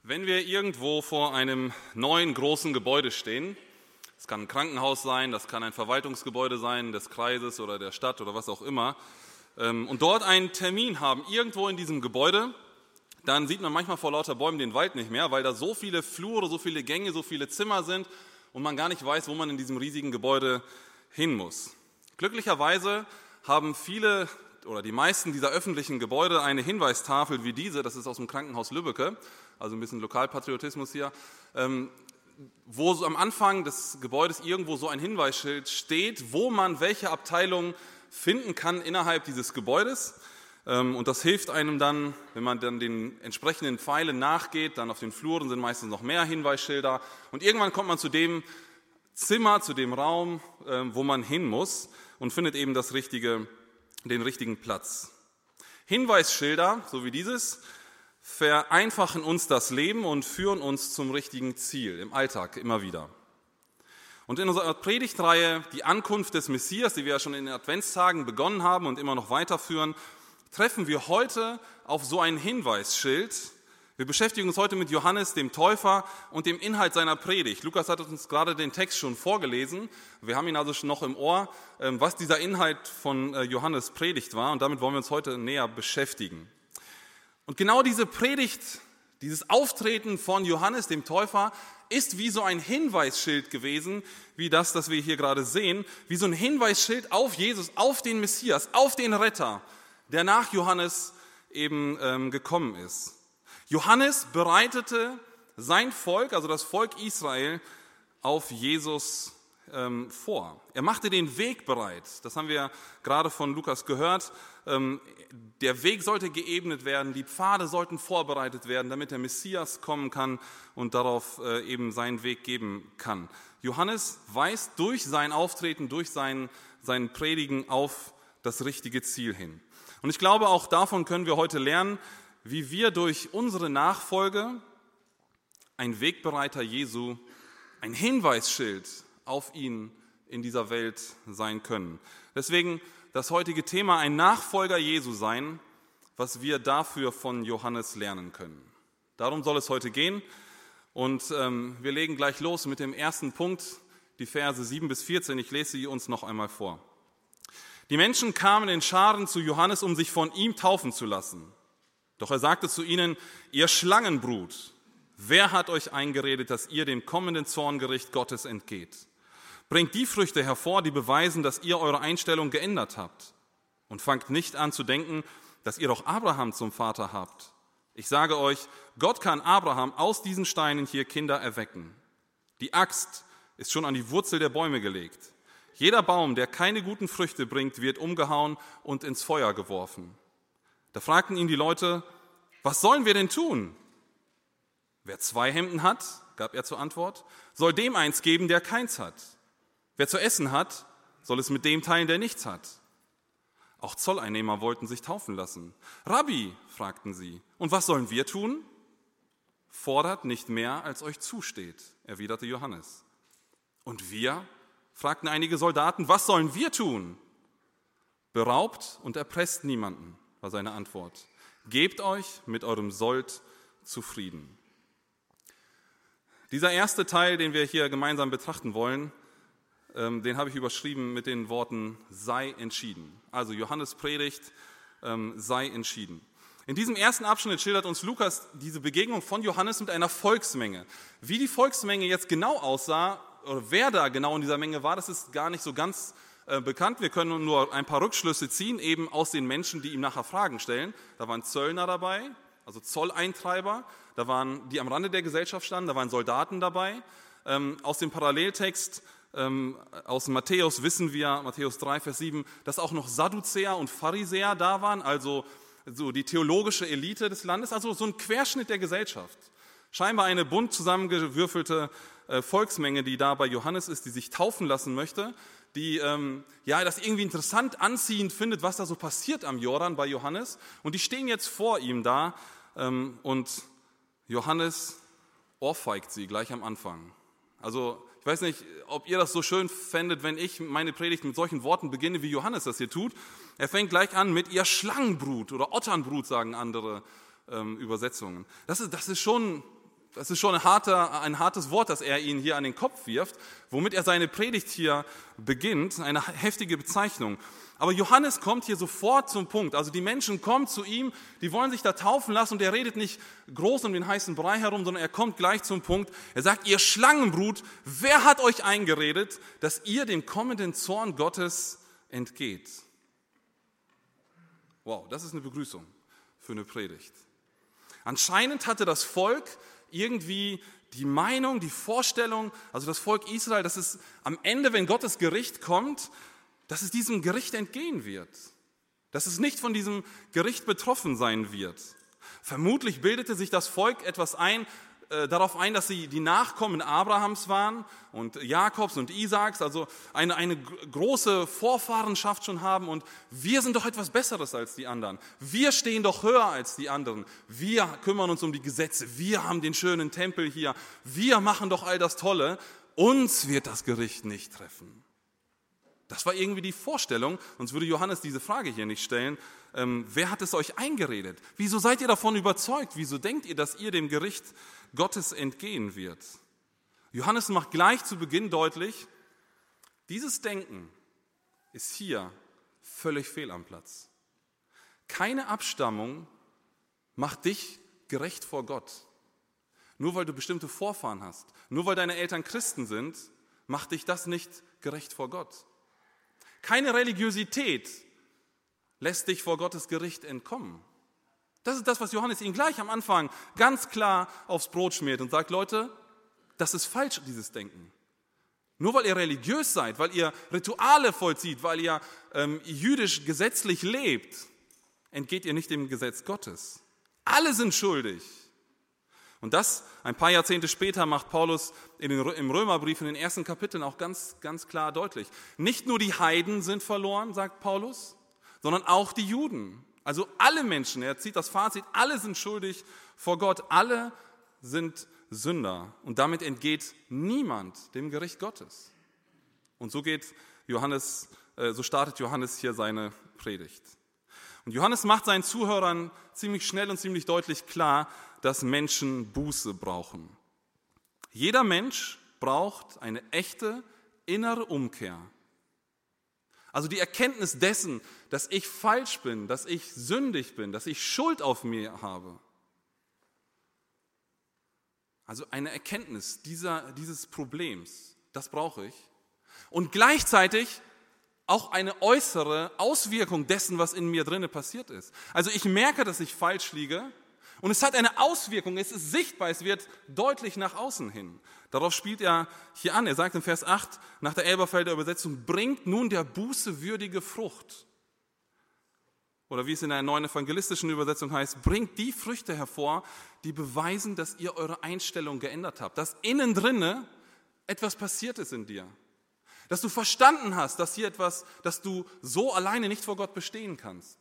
Wenn wir irgendwo vor einem neuen großen Gebäude stehen, das kann ein Krankenhaus sein, das kann ein Verwaltungsgebäude sein des Kreises oder der Stadt oder was auch immer, und dort einen Termin haben, irgendwo in diesem Gebäude, dann sieht man manchmal vor lauter Bäumen den Wald nicht mehr, weil da so viele Flure, so viele Gänge, so viele Zimmer sind und man gar nicht weiß, wo man in diesem riesigen Gebäude hin muss. Glücklicherweise haben viele oder die meisten dieser öffentlichen Gebäude eine Hinweistafel wie diese, das ist aus dem Krankenhaus Lübbecke, also ein bisschen Lokalpatriotismus hier, wo so am Anfang des Gebäudes irgendwo so ein Hinweisschild steht, wo man welche Abteilung finden kann innerhalb dieses Gebäudes. Und das hilft einem dann, wenn man dann den entsprechenden Pfeilen nachgeht, dann auf den Fluren sind meistens noch mehr Hinweisschilder und irgendwann kommt man zu dem Zimmer, zu dem Raum, wo man hin muss und findet eben den richtigen Platz. Hinweisschilder, so wie dieses, vereinfachen uns das Leben und führen uns zum richtigen Ziel im Alltag immer wieder. Und in unserer Predigtreihe Die Ankunft des Messias, die wir ja schon in den Adventstagen begonnen haben und immer noch weiterführen, treffen wir heute auf so ein Hinweisschild. Wir beschäftigen uns heute mit Johannes, dem Täufer, und dem Inhalt seiner Predigt. Lukas hat uns gerade den Text schon vorgelesen. Wir haben ihn also schon noch im Ohr, was dieser Inhalt von Johannes' Predigt war. Und damit wollen wir uns heute näher beschäftigen. Und genau diese Predigt, dieses Auftreten von Johannes, dem Täufer, ist wie so ein Hinweisschild gewesen, wie das wir hier gerade sehen, wie so ein Hinweisschild auf Jesus, auf den Messias, auf den Retter, der nach Johannes eben gekommen ist. Johannes bereitete sein Volk, also das Volk Israel, auf Jesus vor. Er machte den Weg bereit. Das haben wir gerade von Lukas gehört. Der Weg sollte geebnet werden, die Pfade sollten vorbereitet werden, damit der Messias kommen kann und darauf eben seinen Weg geben kann. Johannes weist durch sein Auftreten, durch sein Predigen auf das richtige Ziel hin. Und ich glaube, auch davon können wir heute lernen, wie wir durch unsere Nachfolge ein Wegbereiter Jesu, ein Hinweisschild auf ihn in dieser Welt sein können. Deswegen das heutige Thema, ein Nachfolger Jesu sein, was wir dafür von Johannes lernen können. Darum soll es heute gehen und wir legen gleich los mit dem ersten Punkt, die Verse 7 bis 14. Ich lese sie uns noch einmal vor. Die Menschen kamen in Scharen zu Johannes, um sich von ihm taufen zu lassen. Doch er sagte zu ihnen, ihr Schlangenbrut, wer hat euch eingeredet, dass ihr dem kommenden Zorngericht Gottes entgeht? Bringt die Früchte hervor, die beweisen, dass ihr eure Einstellung geändert habt. Und fangt nicht an zu denken, dass ihr doch Abraham zum Vater habt. Ich sage euch, Gott kann Abraham aus diesen Steinen hier Kinder erwecken. Die Axt ist schon an die Wurzel der Bäume gelegt. Jeder Baum, der keine guten Früchte bringt, wird umgehauen und ins Feuer geworfen. Da fragten ihn die Leute, was sollen wir denn tun? Wer 2 Hemden hat, gab er zur Antwort, soll dem eins geben, der keins hat. Wer zu essen hat, soll es mit dem teilen, der nichts hat. Auch Zolleinnehmer wollten sich taufen lassen. Rabbi, fragten sie, und was sollen wir tun? Fordert nicht mehr, als euch zusteht, erwiderte Johannes. Und wir? Fragten einige Soldaten, was sollen wir tun? Beraubt und erpresst niemanden, war seine Antwort. Gebt euch mit eurem Sold zufrieden. Dieser erste Teil, den wir hier gemeinsam betrachten wollen, den habe ich überschrieben mit den Worten, sei entschieden. Also Johannes predigt, sei entschieden. In diesem ersten Abschnitt schildert uns Lukas diese Begegnung von Johannes mit einer Volksmenge. Wie die Volksmenge jetzt genau aussah, oder wer da genau in dieser Menge war, das ist gar nicht so ganz bekannt. Wir können nur ein paar Rückschlüsse ziehen, eben aus den Menschen, die ihm nachher Fragen stellen. Da waren Zöllner dabei, also Zolleintreiber, da waren die am Rande der Gesellschaft standen, da waren Soldaten dabei. Aus dem Paralleltext aus Matthäus wissen wir, Matthäus 3, Vers 7, dass auch noch Sadduzäer und Pharisäer da waren, also so die theologische Elite des Landes, also so ein Querschnitt der Gesellschaft. Scheinbar eine bunt zusammengewürfelte Volksmenge, die da bei Johannes ist, die sich taufen lassen möchte, die das irgendwie interessant anziehend findet, was da so passiert am Jordan bei Johannes. Und die stehen jetzt vor ihm da und Johannes ohrfeigt sie gleich am Anfang. Also ich weiß nicht, ob ihr das so schön fändet, wenn ich meine Predigt mit solchen Worten beginne, wie Johannes das hier tut. Er fängt gleich an mit ihr Schlangenbrut oder Otternbrut, sagen andere Übersetzungen. Das ist schon das ist schon ein hartes Wort, das er ihnen hier an den Kopf wirft, womit er seine Predigt hier beginnt, eine heftige Bezeichnung. Aber Johannes kommt hier sofort zum Punkt. Also die Menschen kommen zu ihm, die wollen sich da taufen lassen und er redet nicht groß um den heißen Brei herum, sondern er kommt gleich zum Punkt. Er sagt, ihr Schlangenbrut, wer hat euch eingeredet, dass ihr dem kommenden Zorn Gottes entgeht? Wow, das ist eine Begrüßung für eine Predigt. Anscheinend hatte das Volk irgendwie die Meinung, die Vorstellung, also das Volk Israel, dass es am Ende, wenn Gottes Gericht kommt, dass es diesem Gericht entgehen wird, dass es nicht von diesem Gericht betroffen sein wird. Vermutlich bildete sich das Volk etwas darauf ein, dass sie die Nachkommen Abrahams waren und Jakobs und Isaaks, also eine große Vorfahrenschaft schon haben und wir sind doch etwas Besseres als die anderen. Wir stehen doch höher als die anderen. Wir kümmern uns um die Gesetze. Wir haben den schönen Tempel hier. Wir machen doch all das Tolle. Uns wird das Gericht nicht treffen. Das war irgendwie die Vorstellung, sonst würde Johannes diese Frage hier nicht stellen. Wer hat es euch eingeredet? Wieso seid ihr davon überzeugt? Wieso denkt ihr, dass ihr dem Gericht Gottes entgehen wird? Johannes macht gleich zu Beginn deutlich, dieses Denken ist hier völlig fehl am Platz. Keine Abstammung macht dich gerecht vor Gott. Nur weil du bestimmte Vorfahren hast, nur weil deine Eltern Christen sind, macht dich das nicht gerecht vor Gott. Keine Religiosität lässt dich vor Gottes Gericht entkommen. Das ist das, was Johannes ihnen gleich am Anfang ganz klar aufs Brot schmiert und sagt, Leute, das ist falsch, dieses Denken. Nur weil ihr religiös seid, weil ihr Rituale vollzieht, weil ihr jüdisch gesetzlich lebt, entgeht ihr nicht dem Gesetz Gottes. Alle sind schuldig. Und das, ein paar Jahrzehnte später, macht Paulus im Römerbrief in den ersten Kapiteln auch ganz, ganz klar deutlich. Nicht nur die Heiden sind verloren, sagt Paulus, sondern auch die Juden. Also alle Menschen, er zieht das Fazit, alle sind schuldig vor Gott, alle sind Sünder. Und damit entgeht niemand dem Gericht Gottes. Und so startet Johannes hier seine Predigt. Und Johannes macht seinen Zuhörern ziemlich schnell und ziemlich deutlich klar, dass Menschen Buße brauchen. Jeder Mensch braucht eine echte innere Umkehr. Also die Erkenntnis dessen, dass ich falsch bin, dass ich sündig bin, dass ich Schuld auf mir habe. Also eine Erkenntnis dieses Problems, das brauche ich. Und gleichzeitig auch eine äußere Auswirkung dessen, was in mir drinne passiert ist. Also ich merke, dass ich falsch liege und es hat eine Auswirkung, es ist sichtbar, es wird deutlich nach außen hin. Darauf spielt er hier an. Er sagt in Vers 8 nach der Elberfelder Übersetzung, bringt nun der Buße würdige Frucht. Oder wie es in der neuen evangelistischen Übersetzung heißt, bringt die Früchte hervor, die beweisen, dass ihr eure Einstellung geändert habt. Dass innen drinne etwas passiert ist in dir. Dass du verstanden hast, dass du so alleine nicht vor Gott bestehen kannst.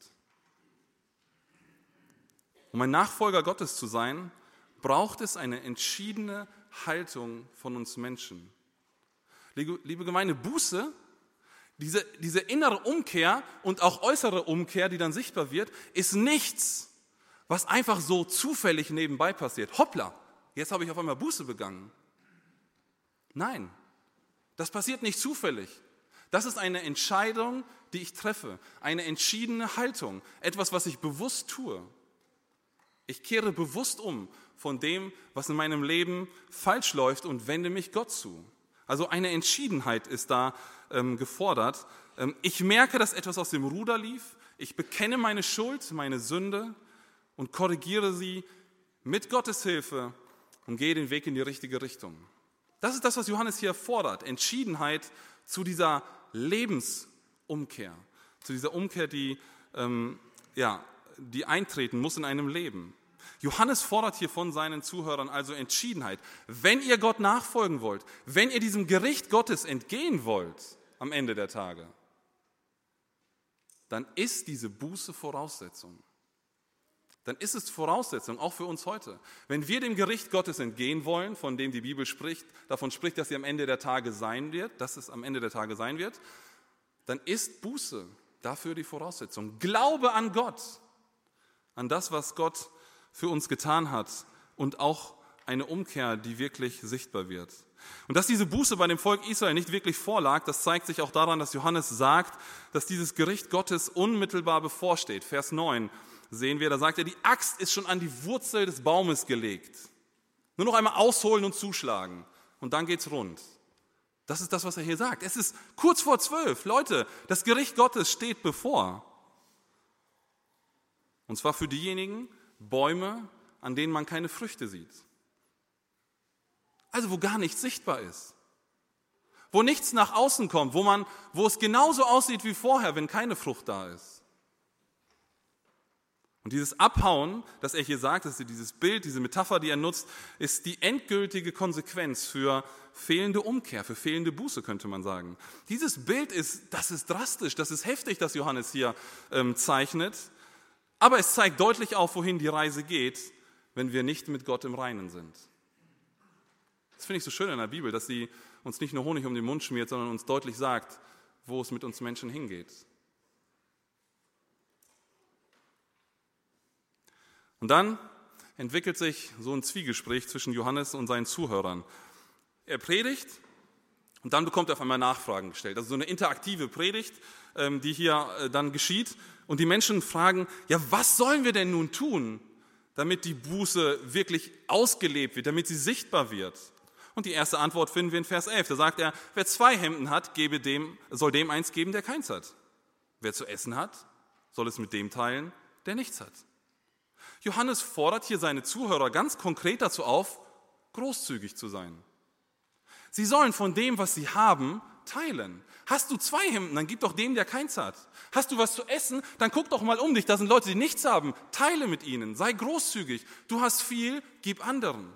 Um ein Nachfolger Gottes zu sein, braucht es eine entschiedene Haltung von uns Menschen. Liebe Gemeinde, Buße, diese innere Umkehr und auch äußere Umkehr, die dann sichtbar wird, ist nichts, was einfach so zufällig nebenbei passiert. Hoppla, jetzt habe ich auf einmal Buße begangen. Nein. Das passiert nicht zufällig. Das ist eine Entscheidung, die ich treffe, eine entschiedene Haltung, etwas, was ich bewusst tue. Ich kehre bewusst um von dem, was in meinem Leben falsch läuft und wende mich Gott zu. Also eine Entschiedenheit ist da gefordert. Ich merke, dass etwas aus dem Ruder lief. Ich bekenne meine Schuld, meine Sünde und korrigiere sie mit Gottes Hilfe und gehe den Weg in die richtige Richtung. Das ist das, was Johannes hier fordert. Entschiedenheit zu dieser Lebensumkehr, zu dieser Umkehr, die eintreten muss in einem Leben. Johannes fordert hier von seinen Zuhörern also Entschiedenheit. Wenn ihr Gott nachfolgen wollt, wenn ihr diesem Gericht Gottes entgehen wollt am Ende der Tage, dann ist diese Buße Voraussetzung. Dann ist es Voraussetzung, auch für uns heute. Wenn wir dem Gericht Gottes entgehen wollen, von dem die Bibel davon spricht, dass es am Ende der Tage sein wird, dann ist Buße dafür die Voraussetzung. Glaube an Gott, an das, was Gott für uns getan hat und auch eine Umkehr, die wirklich sichtbar wird. Und dass diese Buße bei dem Volk Israel nicht wirklich vorlag, das zeigt sich auch daran, dass Johannes sagt, dass dieses Gericht Gottes unmittelbar bevorsteht. Vers 9 sehen wir, da sagt er, die Axt ist schon an die Wurzel des Baumes gelegt. Nur noch einmal ausholen und zuschlagen und dann geht's rund. Das ist das, was er hier sagt. Es ist kurz vor 12. Leute, das Gericht Gottes steht bevor. Und zwar für diejenigen Bäume, an denen man keine Früchte sieht. Also wo gar nichts sichtbar ist. Wo nichts nach außen kommt, wo es genauso aussieht wie vorher, wenn keine Frucht da ist. Und dieses Abhauen, das er hier sagt, das ist dieses Bild, diese Metapher, die er nutzt, ist die endgültige Konsequenz für fehlende Umkehr, für fehlende Buße, könnte man sagen. Dieses Bild das ist drastisch, das ist heftig, das Johannes hier zeichnet. Aber es zeigt deutlich auf, wohin die Reise geht, wenn wir nicht mit Gott im Reinen sind. Das finde ich so schön in der Bibel, dass sie uns nicht nur Honig um den Mund schmiert, sondern uns deutlich sagt, wo es mit uns Menschen hingeht. Und dann entwickelt sich so ein Zwiegespräch zwischen Johannes und seinen Zuhörern. Er predigt und dann bekommt er auf einmal Nachfragen gestellt. Also so eine interaktive Predigt, die hier dann geschieht. Und die Menschen fragen, ja, was sollen wir denn nun tun, damit die Buße wirklich ausgelebt wird, damit sie sichtbar wird? Und die erste Antwort finden wir in Vers 11. Da sagt er, wer 2 Hemden hat, soll dem eins geben, der keins hat. Wer zu essen hat, soll es mit dem teilen, der nichts hat. Johannes fordert hier seine Zuhörer ganz konkret dazu auf, großzügig zu sein. Sie sollen von dem, was sie haben, teilen. Hast du 2 Hemden, dann gib doch dem, der keins hat. Hast du was zu essen, dann guck doch mal um dich, da sind Leute, die nichts haben. Teile mit ihnen, sei großzügig. Du hast viel, gib anderen.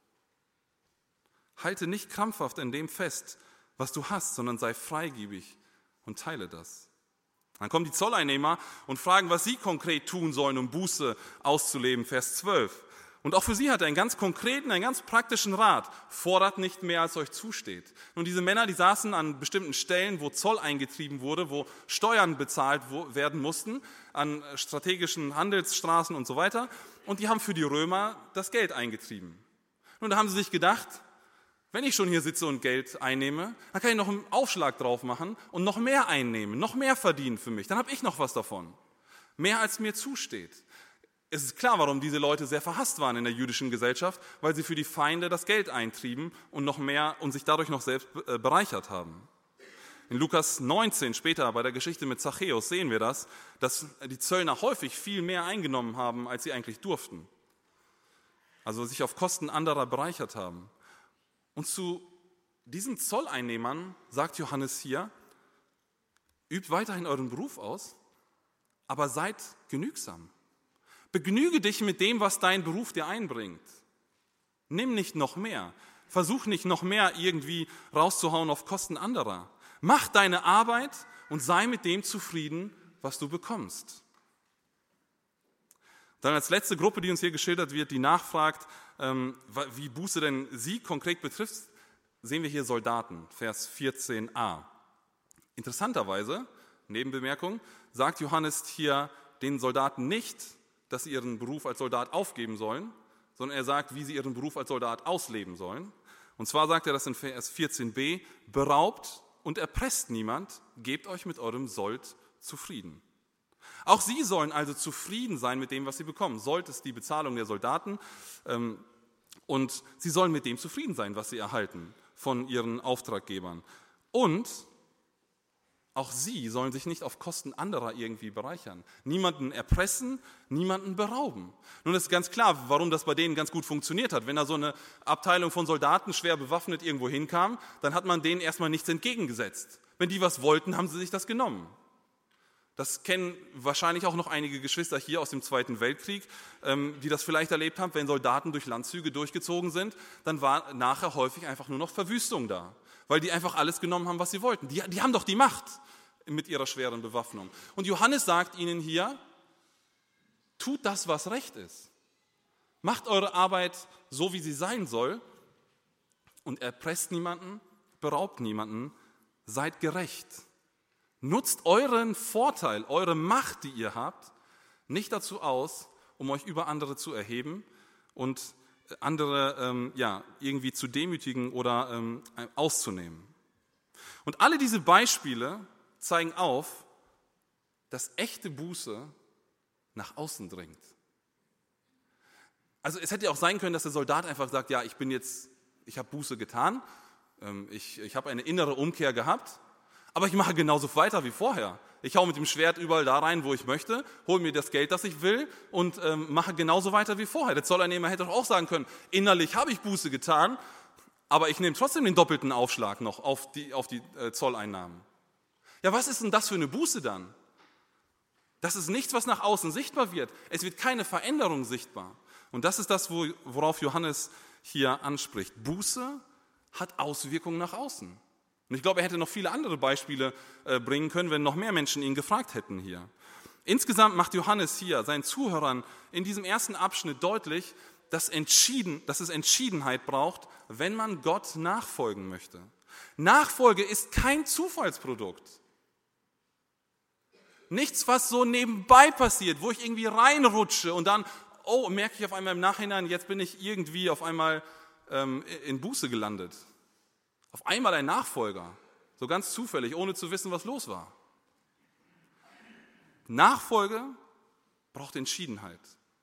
Halte nicht krampfhaft an dem fest, was du hast, sondern sei freigebig und teile das. Dann kommen die Zolleinnehmer und fragen, was sie konkret tun sollen, um Buße auszuleben, Vers 12. Und auch für sie hat er einen ganz konkreten, einen ganz praktischen Rat. Fordert nicht mehr, als euch zusteht. Und diese Männer, die saßen an bestimmten Stellen, wo Zoll eingetrieben wurde, wo Steuern bezahlt werden mussten, an strategischen Handelsstraßen und so weiter. Und die haben für die Römer das Geld eingetrieben. Und da haben sie sich gedacht, wenn ich schon hier sitze und Geld einnehme, dann kann ich noch einen Aufschlag drauf machen und noch mehr einnehmen, noch mehr verdienen für mich. Dann habe ich noch was davon. Mehr als mir zusteht. Es ist klar, warum diese Leute sehr verhasst waren in der jüdischen Gesellschaft, weil sie für die Feinde das Geld eintrieben und noch mehr und sich dadurch noch selbst bereichert haben. In Lukas 19, später bei der Geschichte mit Zachäus, sehen wir das, dass die Zöllner häufig viel mehr eingenommen haben, als sie eigentlich durften. Also sich auf Kosten anderer bereichert haben. Und zu diesen Zolleinnehmern sagt Johannes hier, übt weiterhin euren Beruf aus, aber seid genügsam. Begnüge dich mit dem, was dein Beruf dir einbringt. Nimm nicht noch mehr. Versuch nicht noch mehr irgendwie rauszuhauen auf Kosten anderer. Mach deine Arbeit und sei mit dem zufrieden, was du bekommst. Dann als letzte Gruppe, die uns hier geschildert wird, die nachfragt, wie Buße denn sie konkret betrifft, sehen wir hier Soldaten, Vers 14a. Interessanterweise, Nebenbemerkung, sagt Johannes hier den Soldaten nicht, dass sie ihren Beruf als Soldat aufgeben sollen, sondern er sagt, wie sie ihren Beruf als Soldat ausleben sollen. Und zwar sagt er das in Vers 14b, beraubt und erpresst niemand, gebt euch mit eurem Sold zufrieden. Auch sie sollen also zufrieden sein mit dem, was sie bekommen. Sold ist die Bezahlung der Soldaten und sie sollen mit dem zufrieden sein, was sie erhalten von ihren Auftraggebern. Und auch sie sollen sich nicht auf Kosten anderer irgendwie bereichern. Niemanden erpressen, niemanden berauben. Nun ist ganz klar, warum das bei denen ganz gut funktioniert hat. Wenn da so eine Abteilung von Soldaten schwer bewaffnet irgendwo hinkam, dann hat man denen erstmal nichts entgegengesetzt. Wenn die was wollten, haben sie sich das genommen. Das kennen wahrscheinlich auch noch einige Geschwister hier aus dem Zweiten Weltkrieg, die das vielleicht erlebt haben. Wenn Soldaten durch Landzüge durchgezogen sind, dann war nachher häufig einfach nur noch Verwüstung da, weil die einfach alles genommen haben, was sie wollten. Die haben doch die Macht mit ihrer schweren Bewaffnung. Und Johannes sagt ihnen hier, tut das, was recht ist. Macht eure Arbeit so, wie sie sein soll und erpresst niemanden, beraubt niemanden, seid gerecht. Nutzt euren Vorteil, eure Macht, die ihr habt, nicht dazu aus, um euch über andere zu erheben und irgendwie zu demütigen oder auszunehmen. Und alle diese Beispiele zeigen auf, dass echte Buße nach außen dringt. Also es hätte ja auch sein können, dass der Soldat einfach sagt, ja, ich habe Buße getan, ich habe eine innere Umkehr gehabt, aber ich mache genauso weiter wie vorher. Ich hau mit dem Schwert überall da rein, wo ich möchte, hole mir das Geld, das ich will und mache genauso weiter wie vorher. Der Zolleinnehmer hätte doch auch sagen können, innerlich habe ich Buße getan, aber ich nehme trotzdem den doppelten Aufschlag noch auf die Zolleinnahmen. Ja, was ist denn das für eine Buße dann? Das ist nichts, was nach außen sichtbar wird. Es wird keine Veränderung sichtbar. Und das ist das, worauf Johannes hier anspricht. Buße hat Auswirkungen nach außen. Und ich glaube, er hätte noch viele andere Beispiele bringen können, wenn noch mehr Menschen ihn gefragt hätten hier. Insgesamt macht Johannes hier seinen Zuhörern in diesem ersten Abschnitt deutlich, dass es Entschiedenheit braucht, wenn man Gott nachfolgen möchte. Nachfolge ist kein Zufallsprodukt. Nichts, was so nebenbei passiert, wo ich irgendwie reinrutsche und dann, merke ich auf einmal im Nachhinein, jetzt bin ich irgendwie auf einmal in Buße gelandet. Auf einmal ein Nachfolger, so ganz zufällig, ohne zu wissen, was los war. Nachfolge braucht Entschiedenheit.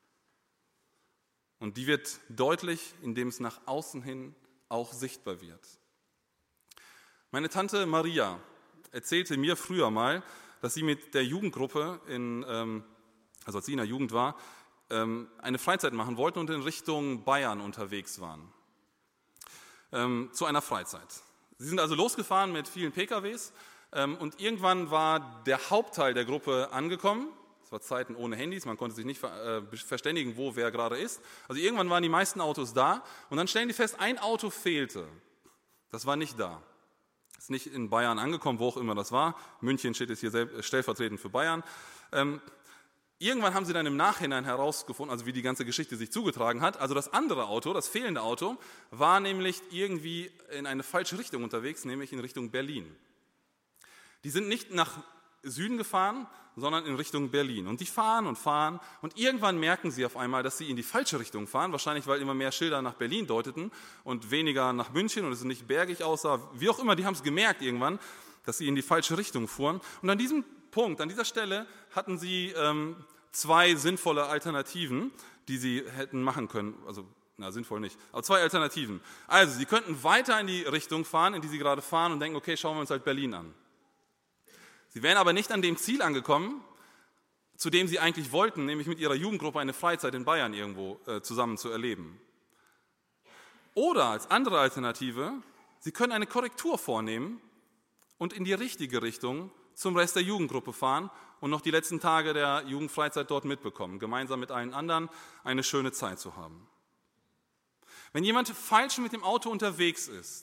Und die wird deutlich, indem es nach außen hin auch sichtbar wird. Meine Tante Maria erzählte mir früher mal, dass sie mit der Jugendgruppe, als sie in der Jugend war, eine Freizeit machen wollten und in Richtung Bayern unterwegs waren. Zu einer Freizeit. Sie sind also losgefahren mit vielen PKWs und irgendwann war der Hauptteil der Gruppe angekommen. Es war Zeiten ohne Handys, man konnte sich nicht verständigen, wo wer gerade ist. Also irgendwann waren die meisten Autos da und dann stellen die fest, ein Auto fehlte. Das war nicht da. Ist nicht in Bayern angekommen, wo auch immer das war. München steht jetzt hier stellvertretend für Bayern. Irgendwann haben sie dann im Nachhinein herausgefunden, also wie die ganze Geschichte sich zugetragen hat, also das andere Auto, das fehlende Auto, war nämlich irgendwie in eine falsche Richtung unterwegs, nämlich in Richtung Berlin. Die sind nicht nach Süden gefahren, sondern in Richtung Berlin. Und die fahren und irgendwann merken sie auf einmal, dass sie in die falsche Richtung fahren, wahrscheinlich weil immer mehr Schilder nach Berlin deuteten und weniger nach München und es nicht bergig aussah. Wie auch immer, die haben es gemerkt irgendwann, dass sie in die falsche Richtung fuhren. Und an diesem Punkt, an dieser Stelle hatten sie zwei sinnvolle Alternativen, die sie hätten machen können. Also, sinnvoll nicht, aber zwei Alternativen. Also, sie könnten weiter in die Richtung fahren, in die sie gerade fahren und denken, okay, schauen wir uns halt Berlin an. Sie wären aber nicht an dem Ziel angekommen, zu dem sie eigentlich wollten, nämlich mit ihrer Jugendgruppe eine Freizeit in Bayern irgendwo zusammen zu erleben. Oder als andere Alternative, sie können eine Korrektur vornehmen und in die richtige Richtung zum Rest der Jugendgruppe fahren und noch die letzten Tage der Jugendfreizeit dort mitbekommen, gemeinsam mit allen anderen eine schöne Zeit zu haben. Wenn jemand falsch mit dem Auto unterwegs ist,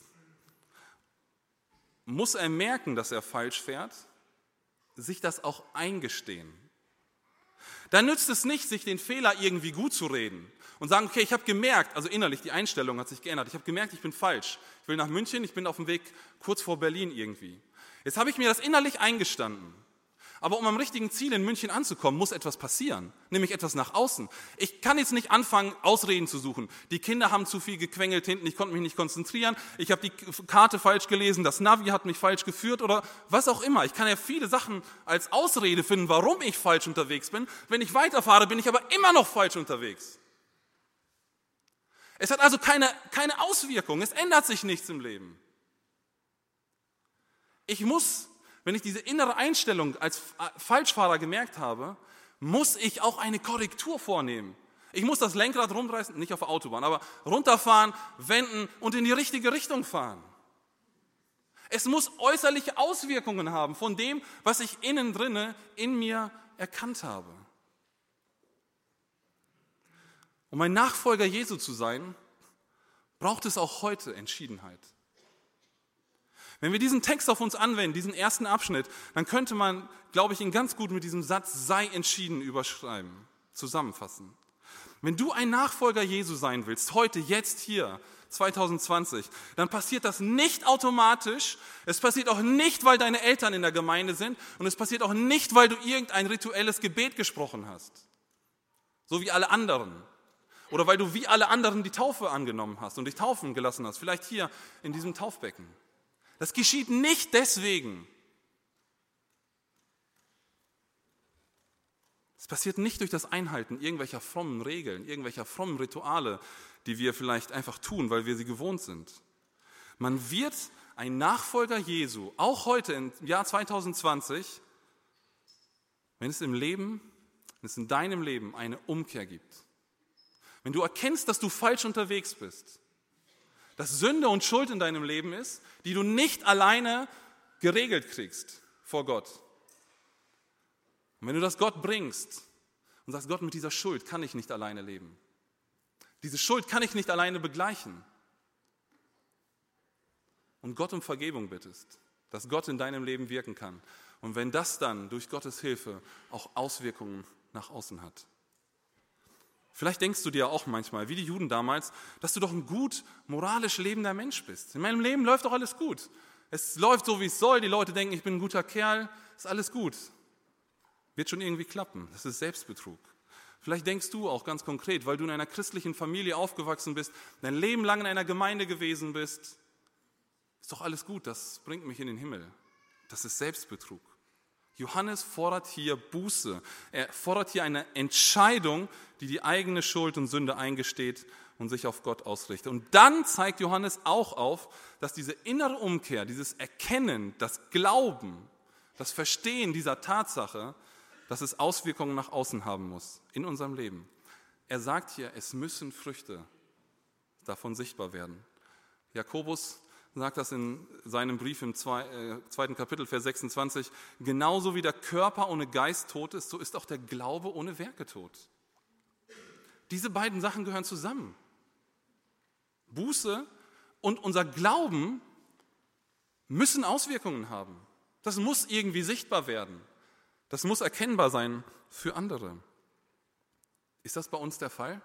muss er merken, dass er falsch fährt, sich das auch eingestehen. Dann nützt es nicht, sich den Fehler irgendwie gut zu reden und sagen, okay, ich habe gemerkt, also innerlich die Einstellung hat sich geändert, ich habe gemerkt, ich bin falsch. Ich will nach München, ich bin auf dem Weg kurz vor Berlin irgendwie. Jetzt habe ich mir das innerlich eingestanden. Aber um am richtigen Ziel in München anzukommen, muss etwas passieren, nämlich etwas nach außen. Ich kann jetzt nicht anfangen, Ausreden zu suchen. Die Kinder haben zu viel gequengelt hinten, ich konnte mich nicht konzentrieren, ich habe die Karte falsch gelesen, das Navi hat mich falsch geführt oder was auch immer. Ich kann ja viele Sachen als Ausrede finden, warum ich falsch unterwegs bin. Wenn ich weiterfahre, bin ich aber immer noch falsch unterwegs. Es hat also keine Auswirkung, es ändert sich nichts im Leben. Ich muss, wenn ich diese innere Einstellung als Falschfahrer gemerkt habe, muss ich auch eine Korrektur vornehmen. Ich muss das Lenkrad rumreißen, nicht auf der Autobahn, aber runterfahren, wenden und in die richtige Richtung fahren. Es muss äußerliche Auswirkungen haben von dem, was ich innen drinne in mir erkannt habe. Um ein Nachfolger Jesu zu sein, braucht es auch heute Entschiedenheit. Wenn wir diesen Text auf uns anwenden, diesen ersten Abschnitt, dann könnte man, glaube ich, ihn ganz gut mit diesem Satz sei entschieden überschreiben, zusammenfassen. Wenn du ein Nachfolger Jesu sein willst, heute, jetzt, hier, 2020, dann passiert das nicht automatisch, es passiert auch nicht, weil deine Eltern in der Gemeinde sind und es passiert auch nicht, weil du irgendein rituelles Gebet gesprochen hast, so wie alle anderen. Oder weil du wie alle anderen die Taufe angenommen hast und dich taufen gelassen hast, vielleicht hier in diesem Taufbecken. Das geschieht nicht deswegen. Es passiert nicht durch das Einhalten irgendwelcher frommen Regeln, irgendwelcher frommen Rituale, die wir vielleicht einfach tun, weil wir sie gewohnt sind. Man wird ein Nachfolger Jesu, auch heute im Jahr 2020, wenn es in deinem Leben eine Umkehr gibt. Wenn du erkennst, dass du falsch unterwegs bist, dass Sünde und Schuld in deinem Leben ist, die du nicht alleine geregelt kriegst vor Gott. Und wenn du das Gott bringst und sagst, Gott, mit dieser Schuld kann ich nicht alleine leben. Diese Schuld kann ich nicht alleine begleichen. Und Gott um Vergebung bittest, dass Gott in deinem Leben wirken kann. Und wenn das dann durch Gottes Hilfe auch Auswirkungen nach außen hat. Vielleicht denkst du dir auch manchmal, wie die Juden damals, dass du doch ein gut moralisch lebender Mensch bist. In meinem Leben läuft doch alles gut. Es läuft so, wie es soll. Die Leute denken, ich bin ein guter Kerl. Ist alles gut. Wird schon irgendwie klappen. Das ist Selbstbetrug. Vielleicht denkst du auch ganz konkret, weil du in einer christlichen Familie aufgewachsen bist, dein Leben lang in einer Gemeinde gewesen bist. Ist doch alles gut, das bringt mich in den Himmel. Das ist Selbstbetrug. Johannes fordert hier Buße. Er fordert hier eine Entscheidung, die eigene Schuld und Sünde eingesteht und sich auf Gott ausrichtet. Und dann zeigt Johannes auch auf, dass diese innere Umkehr, dieses Erkennen, das Glauben, das Verstehen dieser Tatsache, dass es Auswirkungen nach außen haben muss in unserem Leben. Er sagt hier, es müssen Früchte davon sichtbar werden. Jakobus sagt das in seinem Brief im 2. Kapitel, Vers 26, genauso wie der Körper ohne Geist tot ist, so ist auch der Glaube ohne Werke tot. Diese beiden Sachen gehören zusammen. Buße und unser Glauben müssen Auswirkungen haben. Das muss irgendwie sichtbar werden. Das muss erkennbar sein für andere. Ist das bei uns der Fall?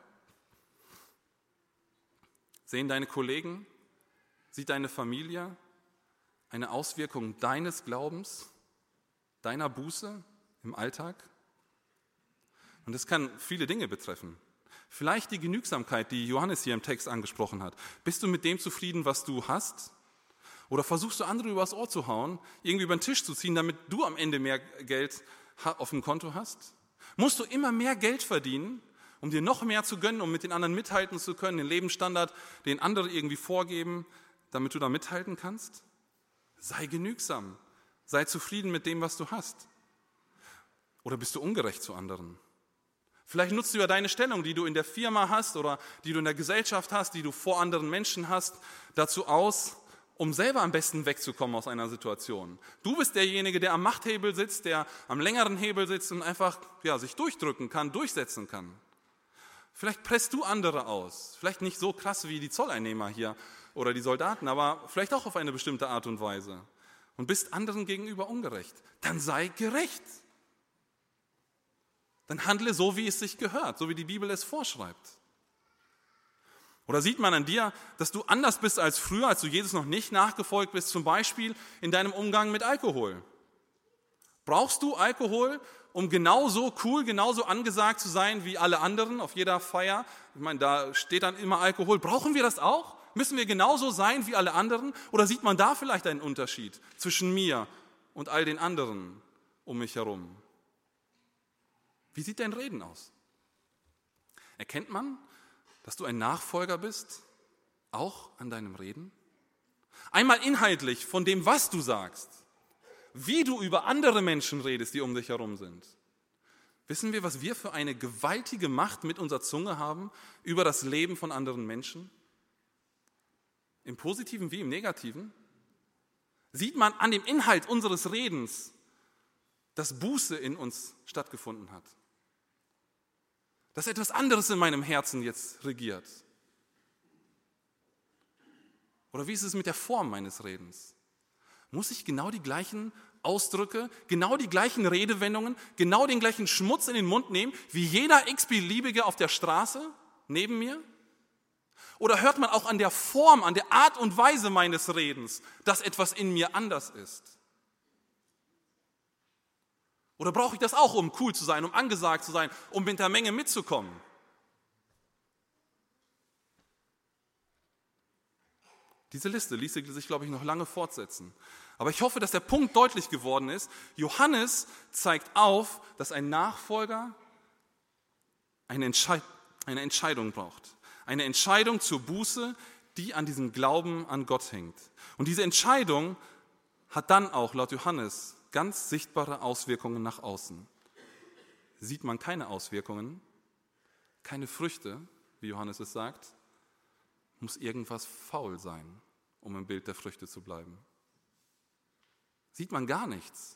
Sehen deine Kollegen, sieht deine Familie eine Auswirkung deines Glaubens, deiner Buße im Alltag? Und das kann viele Dinge betreffen. Vielleicht die Genügsamkeit, die Johannes hier im Text angesprochen hat. Bist du mit dem zufrieden, was du hast? Oder versuchst du andere übers Ohr zu hauen, irgendwie über den Tisch zu ziehen, damit du am Ende mehr Geld auf dem Konto hast? Musst du immer mehr Geld verdienen, um dir noch mehr zu gönnen, um mit den anderen mithalten zu können, den Lebensstandard, den andere irgendwie vorgeben, damit du da mithalten kannst? Sei genügsam, sei zufrieden mit dem, was du hast. Oder bist du ungerecht zu anderen? Vielleicht nutzt du ja deine Stellung, die du in der Firma hast oder die du in der Gesellschaft hast, die du vor anderen Menschen hast, dazu aus, um selber am besten wegzukommen aus einer Situation. Du bist derjenige, der am Machthebel sitzt, der am längeren Hebel sitzt und einfach sich durchdrücken kann, durchsetzen kann. Vielleicht presst du andere aus, vielleicht nicht so krass wie die Zolleinnehmer hier oder die Soldaten, aber vielleicht auch auf eine bestimmte Art und Weise und bist anderen gegenüber ungerecht. Dann sei gerecht. Dann handle so, wie es sich gehört, so wie die Bibel es vorschreibt. Oder sieht man an dir, dass du anders bist als früher, als du Jesus noch nicht nachgefolgt bist, zum Beispiel in deinem Umgang mit Alkohol? Brauchst du Alkohol, um genauso cool, genauso angesagt zu sein wie alle anderen auf jeder Feier? Ich meine, da steht dann immer Alkohol. Brauchen wir das auch? Müssen wir genauso sein wie alle anderen? Oder sieht man da vielleicht einen Unterschied zwischen mir und all den anderen um mich herum? Wie sieht dein Reden aus? Erkennt man, dass du ein Nachfolger bist, auch an deinem Reden? Einmal inhaltlich von dem, was du sagst, wie du über andere Menschen redest, die um dich herum sind. Wissen wir, was wir für eine gewaltige Macht mit unserer Zunge haben über das Leben von anderen Menschen? Im Positiven wie im Negativen? Sieht man an dem Inhalt unseres Redens, dass Buße in uns stattgefunden hat? Dass etwas anderes in meinem Herzen jetzt regiert? Oder wie ist es mit der Form meines Redens? Muss ich genau die gleichen Ausdrücke, genau die gleichen Redewendungen, genau den gleichen Schmutz in den Mund nehmen, wie jeder x-beliebige auf der Straße neben mir? Oder hört man auch an der Form, an der Art und Weise meines Redens, dass etwas in mir anders ist? Oder brauche ich das auch, um cool zu sein, um angesagt zu sein, um mit der Menge mitzukommen? Diese Liste ließe sich, glaube ich, noch lange fortsetzen. Aber ich hoffe, dass der Punkt deutlich geworden ist. Johannes zeigt auf, dass ein Nachfolger eine Entscheidung braucht. Eine Entscheidung zur Buße, die an diesem Glauben an Gott hängt. Und diese Entscheidung hat dann auch, laut Johannes, ganz sichtbare Auswirkungen nach außen. Sieht man keine Auswirkungen, keine Früchte, wie Johannes es sagt, muss irgendwas faul sein, um im Bild der Früchte zu bleiben. Sieht man gar nichts,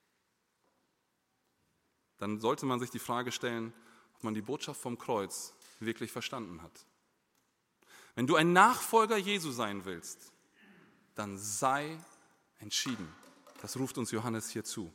dann sollte man sich die Frage stellen, ob man die Botschaft vom Kreuz wirklich verstanden hat. Wenn du ein Nachfolger Jesu sein willst, dann sei entschieden. Das ruft uns Johannes hier zu.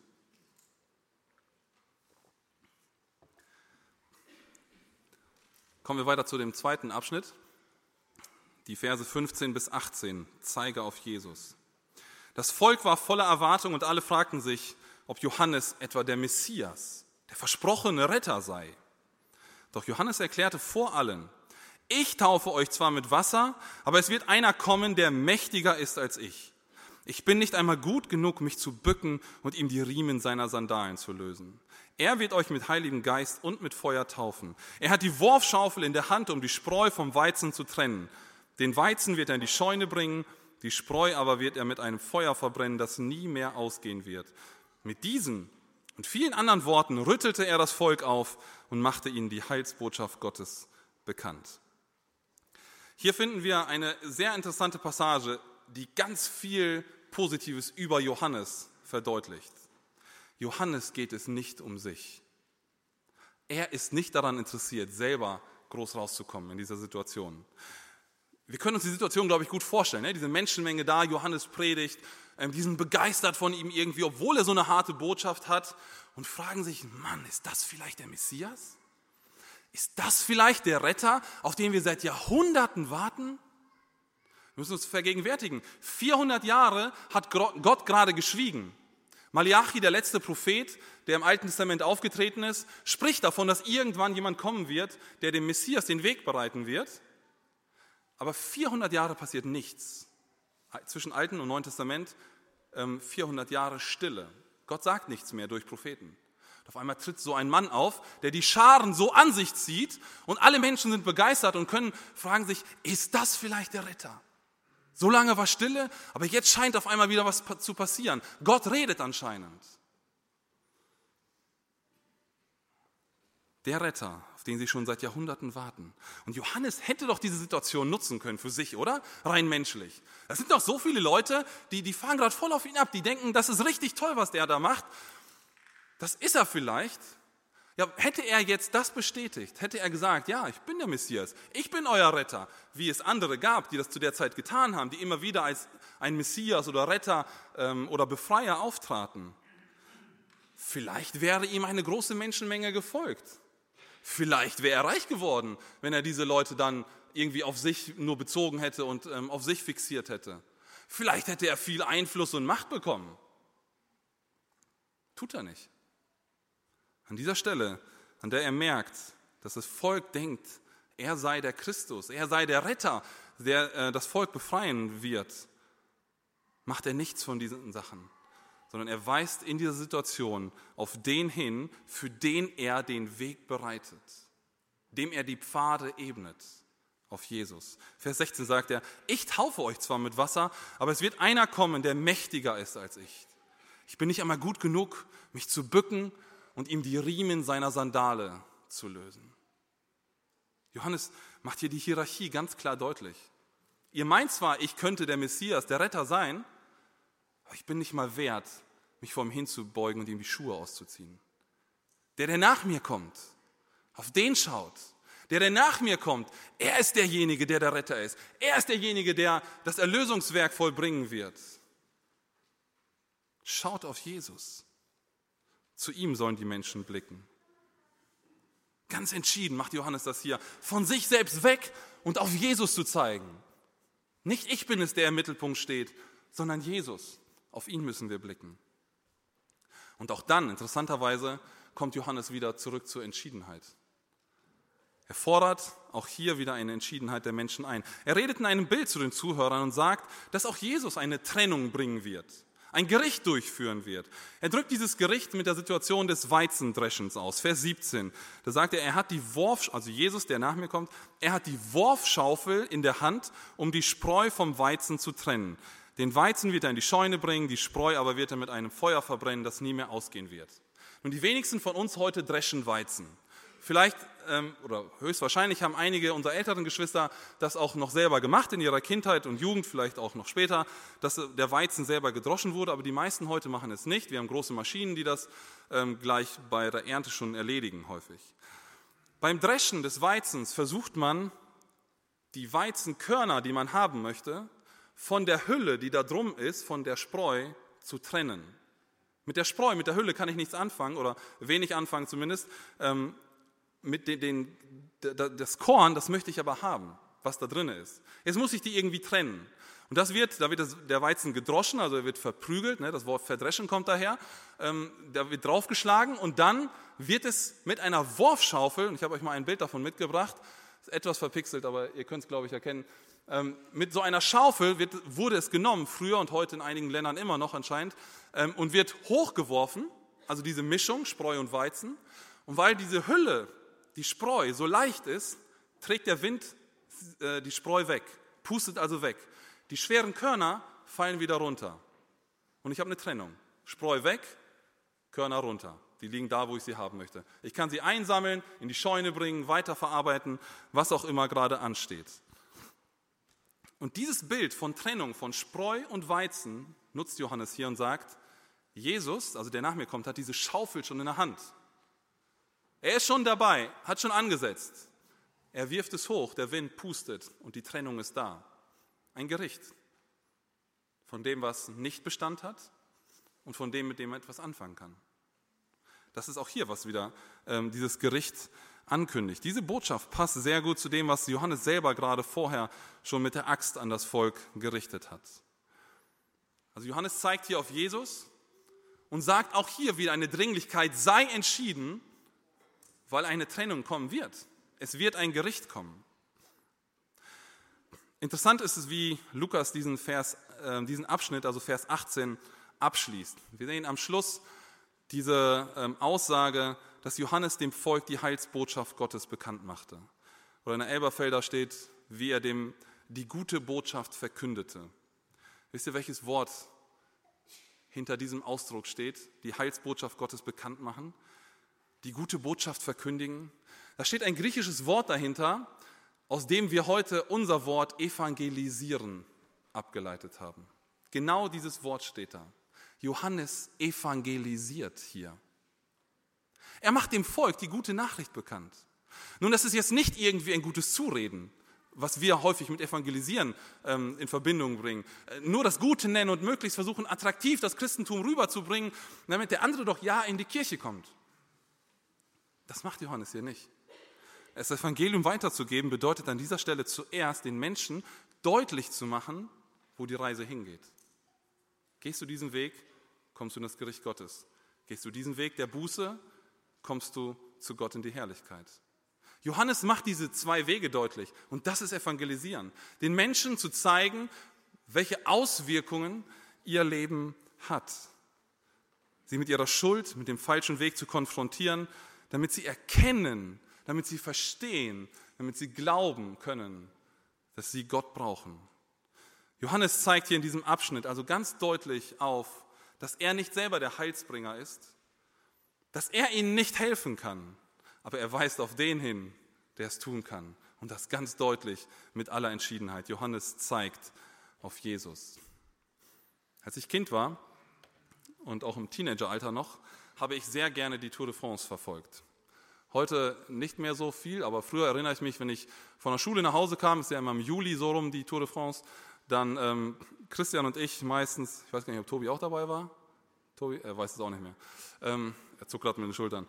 Kommen wir weiter zu dem zweiten Abschnitt. Die Verse 15 bis 18, Zeige auf Jesus. Das Volk war voller Erwartung und alle fragten sich, ob Johannes etwa der Messias, der versprochene Retter sei. Doch Johannes erklärte vor allen, ich taufe euch zwar mit Wasser, aber es wird einer kommen, der mächtiger ist als ich. Ich bin nicht einmal gut genug, mich zu bücken und ihm die Riemen seiner Sandalen zu lösen. Er wird euch mit Heiligem Geist und mit Feuer taufen. Er hat die Worfschaufel in der Hand, um die Spreu vom Weizen zu trennen. Den Weizen wird er in die Scheune bringen, die Spreu aber wird er mit einem Feuer verbrennen, das nie mehr ausgehen wird. Mit diesen und vielen anderen Worten rüttelte er das Volk auf und machte ihnen die Heilsbotschaft Gottes bekannt. Hier finden wir eine sehr interessante Passage, die ganz viel Positives über Johannes verdeutlicht. Johannes geht es nicht um sich. Er ist nicht daran interessiert, selber groß rauszukommen in dieser Situation. Wir können uns die Situation, glaube ich, gut vorstellen. Ne? Diese Menschenmenge da, Johannes predigt, die sind begeistert von ihm irgendwie, obwohl er so eine harte Botschaft hat und fragen sich, Mann, ist das vielleicht der Messias? Ist das vielleicht der Retter, auf den wir seit Jahrhunderten warten? Wir müssen uns vergegenwärtigen, 400 Jahre hat Gott gerade geschwiegen. Malachi, der letzte Prophet, der im Alten Testament aufgetreten ist, spricht davon, dass irgendwann jemand kommen wird, der dem Messias den Weg bereiten wird. Aber 400 Jahre passiert nichts. Zwischen Alten und Neuen Testament 400 Jahre Stille. Gott sagt nichts mehr durch Propheten. Und auf einmal tritt so ein Mann auf, der die Scharen so an sich zieht und alle Menschen sind begeistert und fragen sich, ist das vielleicht der Retter? So lange war Stille, aber jetzt scheint auf einmal wieder was zu passieren. Gott redet anscheinend. Der Retter, auf den sie schon seit Jahrhunderten warten. Und Johannes hätte doch diese Situation nutzen können für sich, oder? Rein menschlich. Es sind doch so viele Leute, die fahren gerade voll auf ihn ab. Die denken, das ist richtig toll, was der da macht. Das ist er vielleicht. Ja, hätte er jetzt das bestätigt, hätte er gesagt, ja, ich bin der Messias, ich bin euer Retter, wie es andere gab, die das zu der Zeit getan haben, die immer wieder als ein Messias oder Retter oder Befreier auftraten. Vielleicht wäre ihm eine große Menschenmenge gefolgt. Vielleicht wäre er reich geworden, wenn er diese Leute dann irgendwie auf sich nur bezogen hätte und auf sich fixiert hätte. Vielleicht hätte er viel Einfluss und Macht bekommen. Tut er nicht. An dieser Stelle, an der er merkt, dass das Volk denkt, er sei der Christus, er sei der Retter, der das Volk befreien wird, macht er nichts von diesen Sachen, sondern er weist in dieser Situation auf den hin, für den er den Weg bereitet, dem er die Pfade ebnet, auf Jesus. Vers 16 sagt er, ich taufe euch zwar mit Wasser, aber es wird einer kommen, der mächtiger ist als ich. Ich bin nicht einmal gut genug, mich zu bücken und ihm die Riemen seiner Sandale zu lösen. Johannes macht hier die Hierarchie ganz klar deutlich. Ihr meint zwar, ich könnte der Messias, der Retter sein, aber ich bin nicht mal wert, mich vor ihm hinzubeugen und ihm die Schuhe auszuziehen. Der nach mir kommt, auf den schaut. Der nach mir kommt, er ist derjenige, der Retter ist. Er ist derjenige, der das Erlösungswerk vollbringen wird. Schaut auf Jesus. Zu ihm sollen die Menschen blicken. Ganz entschieden macht Johannes das hier, von sich selbst weg und auf Jesus zu zeigen. Nicht ich bin es, der im Mittelpunkt steht, sondern Jesus. Auf ihn müssen wir blicken. Und auch dann, interessanterweise, kommt Johannes wieder zurück zur Entschiedenheit. Er fordert auch hier wieder eine Entschiedenheit der Menschen ein. Er redet in einem Bild zu den Zuhörern und sagt, dass auch Jesus eine Trennung bringen wird, ein Gericht durchführen wird. Er drückt dieses Gericht mit der Situation des Weizendreschens aus. Vers 17, da sagt er hat also Jesus, der nach mir kommt, er hat die Worfschaufel in der Hand, um die Spreu vom Weizen zu trennen. Den Weizen wird er in die Scheune bringen, die Spreu aber wird er mit einem Feuer verbrennen, das nie mehr ausgehen wird. Nun, die wenigsten von uns heute dreschen Weizen. Vielleicht oder höchstwahrscheinlich haben einige unserer älteren Geschwister das auch noch selber gemacht in ihrer Kindheit und Jugend, vielleicht auch noch später, dass der Weizen selber gedroschen wurde, aber die meisten heute machen es nicht. Wir haben große Maschinen, die das gleich bei der Ernte schon erledigen häufig. Beim Dreschen des Weizens versucht man, die Weizenkörner, die man haben möchte, von der Hülle, die da drum ist, von der Spreu zu trennen. Mit der Spreu, mit der Hülle kann ich nichts anfangen oder wenig anfangen zumindest. Das Korn, das möchte ich aber haben, was da drin ist. Jetzt muss ich die irgendwie trennen. Und da wird der Weizen gedroschen, also er wird verprügelt, das Wort verdreschen kommt daher, da wird draufgeschlagen und dann wird es mit einer Worfschaufel, und ich habe euch mal ein Bild davon mitgebracht, ist etwas verpixelt, aber ihr könnt es, glaube ich, erkennen, mit so einer Schaufel wurde es genommen, früher und heute in einigen Ländern immer noch anscheinend, und wird hochgeworfen, also diese Mischung, Spreu und Weizen, und weil diese Hülle, die Spreu, so leicht ist, trägt der Wind die Spreu weg, pustet also weg. Die schweren Körner fallen wieder runter. Und ich habe eine Trennung. Spreu weg, Körner runter. Die liegen da, wo ich sie haben möchte. Ich kann sie einsammeln, in die Scheune bringen, weiterverarbeiten, was auch immer gerade ansteht. Und dieses Bild von Trennung von Spreu und Weizen nutzt Johannes hier und sagt, Jesus, also der nach mir kommt, hat diese Schaufel schon in der Hand. Er ist schon dabei, hat schon angesetzt. Er wirft es hoch, der Wind pustet und die Trennung ist da. Ein Gericht von dem, was nicht Bestand hat und von dem, mit dem man etwas anfangen kann. Das ist auch hier, was wieder dieses Gericht ankündigt. Diese Botschaft passt sehr gut zu dem, was Johannes selber gerade vorher schon mit der Axt an das Volk gerichtet hat. Also Johannes zeigt hier auf Jesus und sagt auch hier wieder eine Dringlichkeit, sei entschieden, weil eine Trennung kommen wird. Es wird ein Gericht kommen. Interessant ist es, wie Lukas diesen Abschnitt, also Vers 18, abschließt. Wir sehen am Schluss diese Aussage, dass Johannes dem Volk die Heilsbotschaft Gottes bekannt machte. Oder in der Elberfelder steht, wie er dem die gute Botschaft verkündete. Wisst ihr, welches Wort hinter diesem Ausdruck steht? Die Heilsbotschaft Gottes bekannt machen? Die gute Botschaft verkündigen. Da steht ein griechisches Wort dahinter, aus dem wir heute unser Wort evangelisieren abgeleitet haben. Genau dieses Wort steht da. Johannes evangelisiert hier. Er macht dem Volk die gute Nachricht bekannt. Nun, das ist jetzt nicht irgendwie ein gutes Zureden, was wir häufig mit Evangelisieren in Verbindung bringen. Nur das Gute nennen und möglichst versuchen, attraktiv das Christentum rüberzubringen, damit der andere doch ja in die Kirche kommt. Das macht Johannes hier nicht. Das Evangelium weiterzugeben bedeutet an dieser Stelle zuerst den Menschen deutlich zu machen, wo die Reise hingeht. Gehst du diesen Weg, kommst du in das Gericht Gottes. Gehst du diesen Weg der Buße, kommst du zu Gott in die Herrlichkeit. Johannes macht diese zwei Wege deutlich und das ist Evangelisieren. Den Menschen zu zeigen, welche Auswirkungen ihr Leben hat. Sie mit ihrer Schuld, mit dem falschen Weg zu konfrontieren, damit sie erkennen, damit sie verstehen, damit sie glauben können, dass sie Gott brauchen. Johannes zeigt hier in diesem Abschnitt also ganz deutlich auf, dass er nicht selber der Heilsbringer ist, dass er ihnen nicht helfen kann, aber er weist auf den hin, der es tun kann. Und das ganz deutlich mit aller Entschiedenheit. Johannes zeigt auf Jesus. Als ich Kind war und auch im Teenageralter noch, habe ich sehr gerne die Tour de France verfolgt. Heute nicht mehr so viel, aber früher erinnere ich mich, wenn ich von der Schule nach Hause kam, ist ja immer im Juli so rum die Tour de France, dann Christian und ich meistens, ich weiß gar nicht, ob Tobi auch dabei war. Tobi, er weiß es auch nicht mehr. Er zuckt gerade mit den Schultern.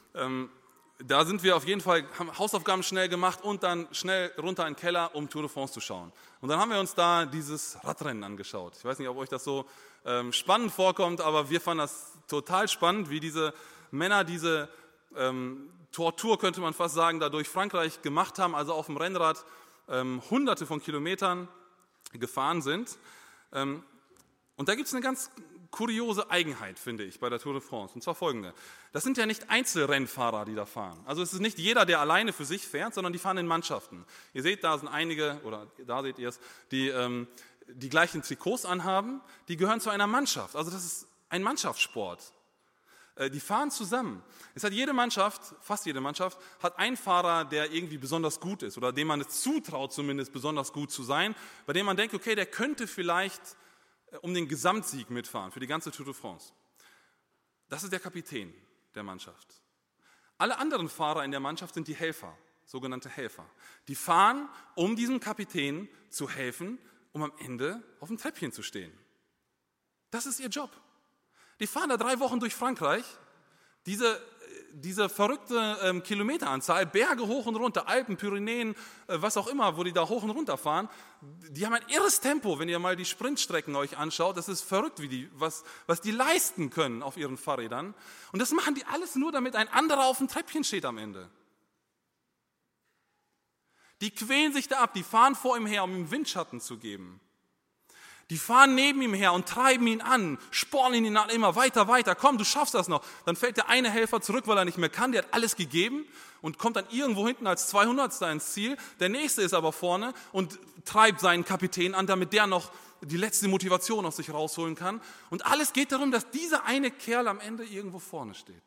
Da sind wir auf jeden Fall, haben Hausaufgaben schnell gemacht und dann schnell runter in den Keller, um Tour de France zu schauen. Und dann haben wir uns da dieses Radrennen angeschaut. Ich weiß nicht, ob euch das so spannend vorkommt, aber wir fanden das total spannend, wie diese Männer diese Tortur, könnte man fast sagen, da durch Frankreich gemacht haben, also auf dem Rennrad hunderte von Kilometern gefahren sind. Und da gibt es eine ganz kuriose Eigenheit, finde ich, bei der Tour de France. Und zwar folgende. Das sind ja nicht Einzelrennfahrer, die da fahren. Also es ist nicht jeder, der alleine für sich fährt, sondern die fahren in Mannschaften. Ihr seht, da sind einige, oder da seht ihr es, die gleichen Trikots anhaben, die gehören zu einer Mannschaft. Also das ist ein Mannschaftssport. Die fahren zusammen. Es hat jede Mannschaft, fast jede Mannschaft, hat einen Fahrer, der irgendwie besonders gut ist oder dem man es zutraut, zumindest besonders gut zu sein, bei dem man denkt, okay, der könnte vielleicht um den Gesamtsieg mitfahren, für die ganze Tour de France. Das ist der Kapitän der Mannschaft. Alle anderen Fahrer in der Mannschaft sind die Helfer, sogenannte Helfer. Die fahren, um diesem Kapitän zu helfen, um am Ende auf dem Treppchen zu stehen. Das ist ihr Job. Die fahren da 3 Wochen durch Frankreich, diese verrückte Kilometeranzahl, Berge hoch und runter, Alpen, Pyrenäen, was auch immer, wo die da hoch und runter fahren, die haben ein irres Tempo, wenn ihr mal die Sprintstrecken euch anschaut, das ist verrückt, was die leisten können auf ihren Fahrrädern. Und das machen die alles nur, damit ein anderer auf dem Treppchen steht am Ende. Die quälen sich da ab, die fahren vor ihm her, um ihm Windschatten zu geben. Die fahren neben ihm her und treiben ihn an, spornen ihn an, immer weiter, weiter, komm, du schaffst das noch. Dann fällt der eine Helfer zurück, weil er nicht mehr kann, der hat alles gegeben und kommt dann irgendwo hinten als 200. ins Ziel. Der nächste ist aber vorne und treibt seinen Kapitän an, damit der noch die letzte Motivation aus sich rausholen kann. Und alles geht darum, dass dieser eine Kerl am Ende irgendwo vorne steht.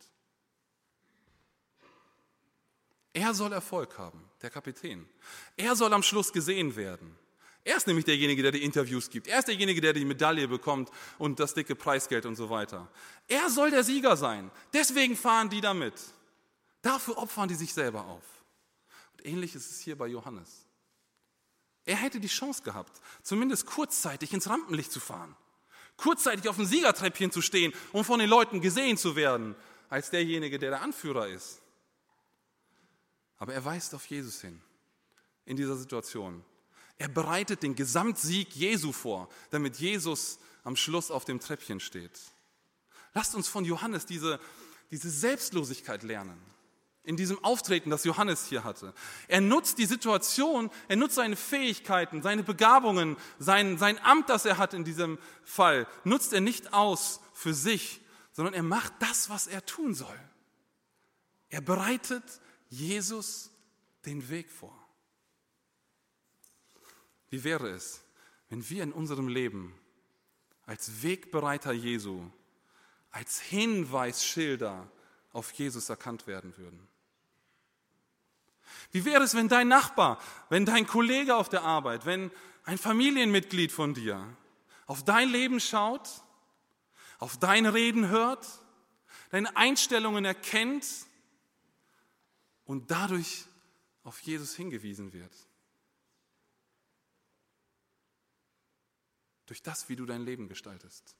Er soll Erfolg haben, der Kapitän. Er soll am Schluss gesehen werden. Er ist nämlich derjenige, der die Interviews gibt. Er ist derjenige, der die Medaille bekommt und das dicke Preisgeld und so weiter. Er soll der Sieger sein. Deswegen fahren die da mit. Dafür opfern die sich selber auf. Und ähnlich ist es hier bei Johannes. Er hätte die Chance gehabt, zumindest kurzzeitig ins Rampenlicht zu fahren. Kurzzeitig auf dem Siegertreppchen zu stehen und von den Leuten gesehen zu werden, als derjenige, der Anführer ist. Aber er weist auf Jesus hin in dieser Situation. Er bereitet den Gesamtsieg Jesu vor, damit Jesus am Schluss auf dem Treppchen steht. Lasst uns von Johannes diese Selbstlosigkeit lernen, in diesem Auftreten, das Johannes hier hatte. Er nutzt die Situation, er nutzt seine Fähigkeiten, seine Begabungen, sein Amt, das er hat in diesem Fall, nutzt er nicht aus für sich, sondern er macht das, was er tun soll. Er bereitet Jesus den Weg vor. Wie wäre es, wenn wir in unserem Leben als Wegbereiter Jesu, als Hinweisschilder auf Jesus erkannt werden würden? Wie wäre es, wenn dein Nachbar, wenn dein Kollege auf der Arbeit, wenn ein Familienmitglied von dir auf dein Leben schaut, auf dein Reden hört, deine Einstellungen erkennt und dadurch auf Jesus hingewiesen wird? Durch das, wie du dein Leben gestaltest.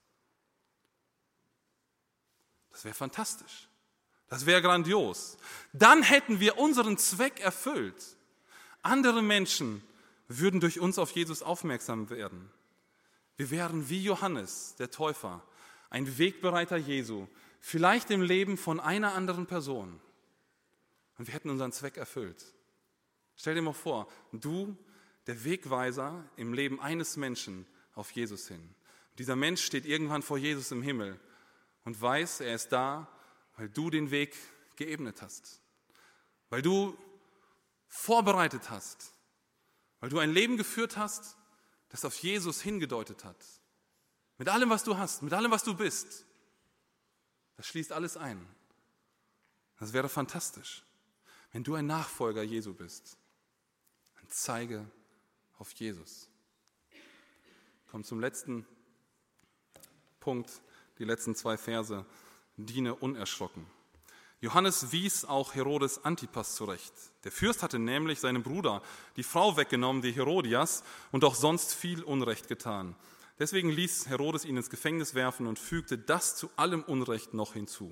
Das wäre fantastisch. Das wäre grandios. Dann hätten wir unseren Zweck erfüllt. Andere Menschen würden durch uns auf Jesus aufmerksam werden. Wir wären wie Johannes, der Täufer, ein Wegbereiter Jesu, vielleicht im Leben von einer anderen Person. Und wir hätten unseren Zweck erfüllt. Stell dir mal vor, du, der Wegweiser im Leben eines Menschen, auf Jesus hin. Und dieser Mensch steht irgendwann vor Jesus im Himmel und weiß, er ist da, weil du den Weg geebnet hast, weil du vorbereitet hast, weil du ein Leben geführt hast, das auf Jesus hingedeutet hat. Mit allem, was du hast, mit allem, was du bist. Das schließt alles ein. Das wäre fantastisch. Wenn du ein Nachfolger Jesu bist, dann zeige auf Jesus. Kommt zum letzten Punkt, die letzten 2 Verse. Diene unerschrocken. Johannes wies auch Herodes Antipas zurecht. Der Fürst hatte nämlich seinem Bruder die Frau weggenommen, die Herodias, und auch sonst viel Unrecht getan. Deswegen ließ Herodes ihn ins Gefängnis werfen und fügte das zu allem Unrecht noch hinzu.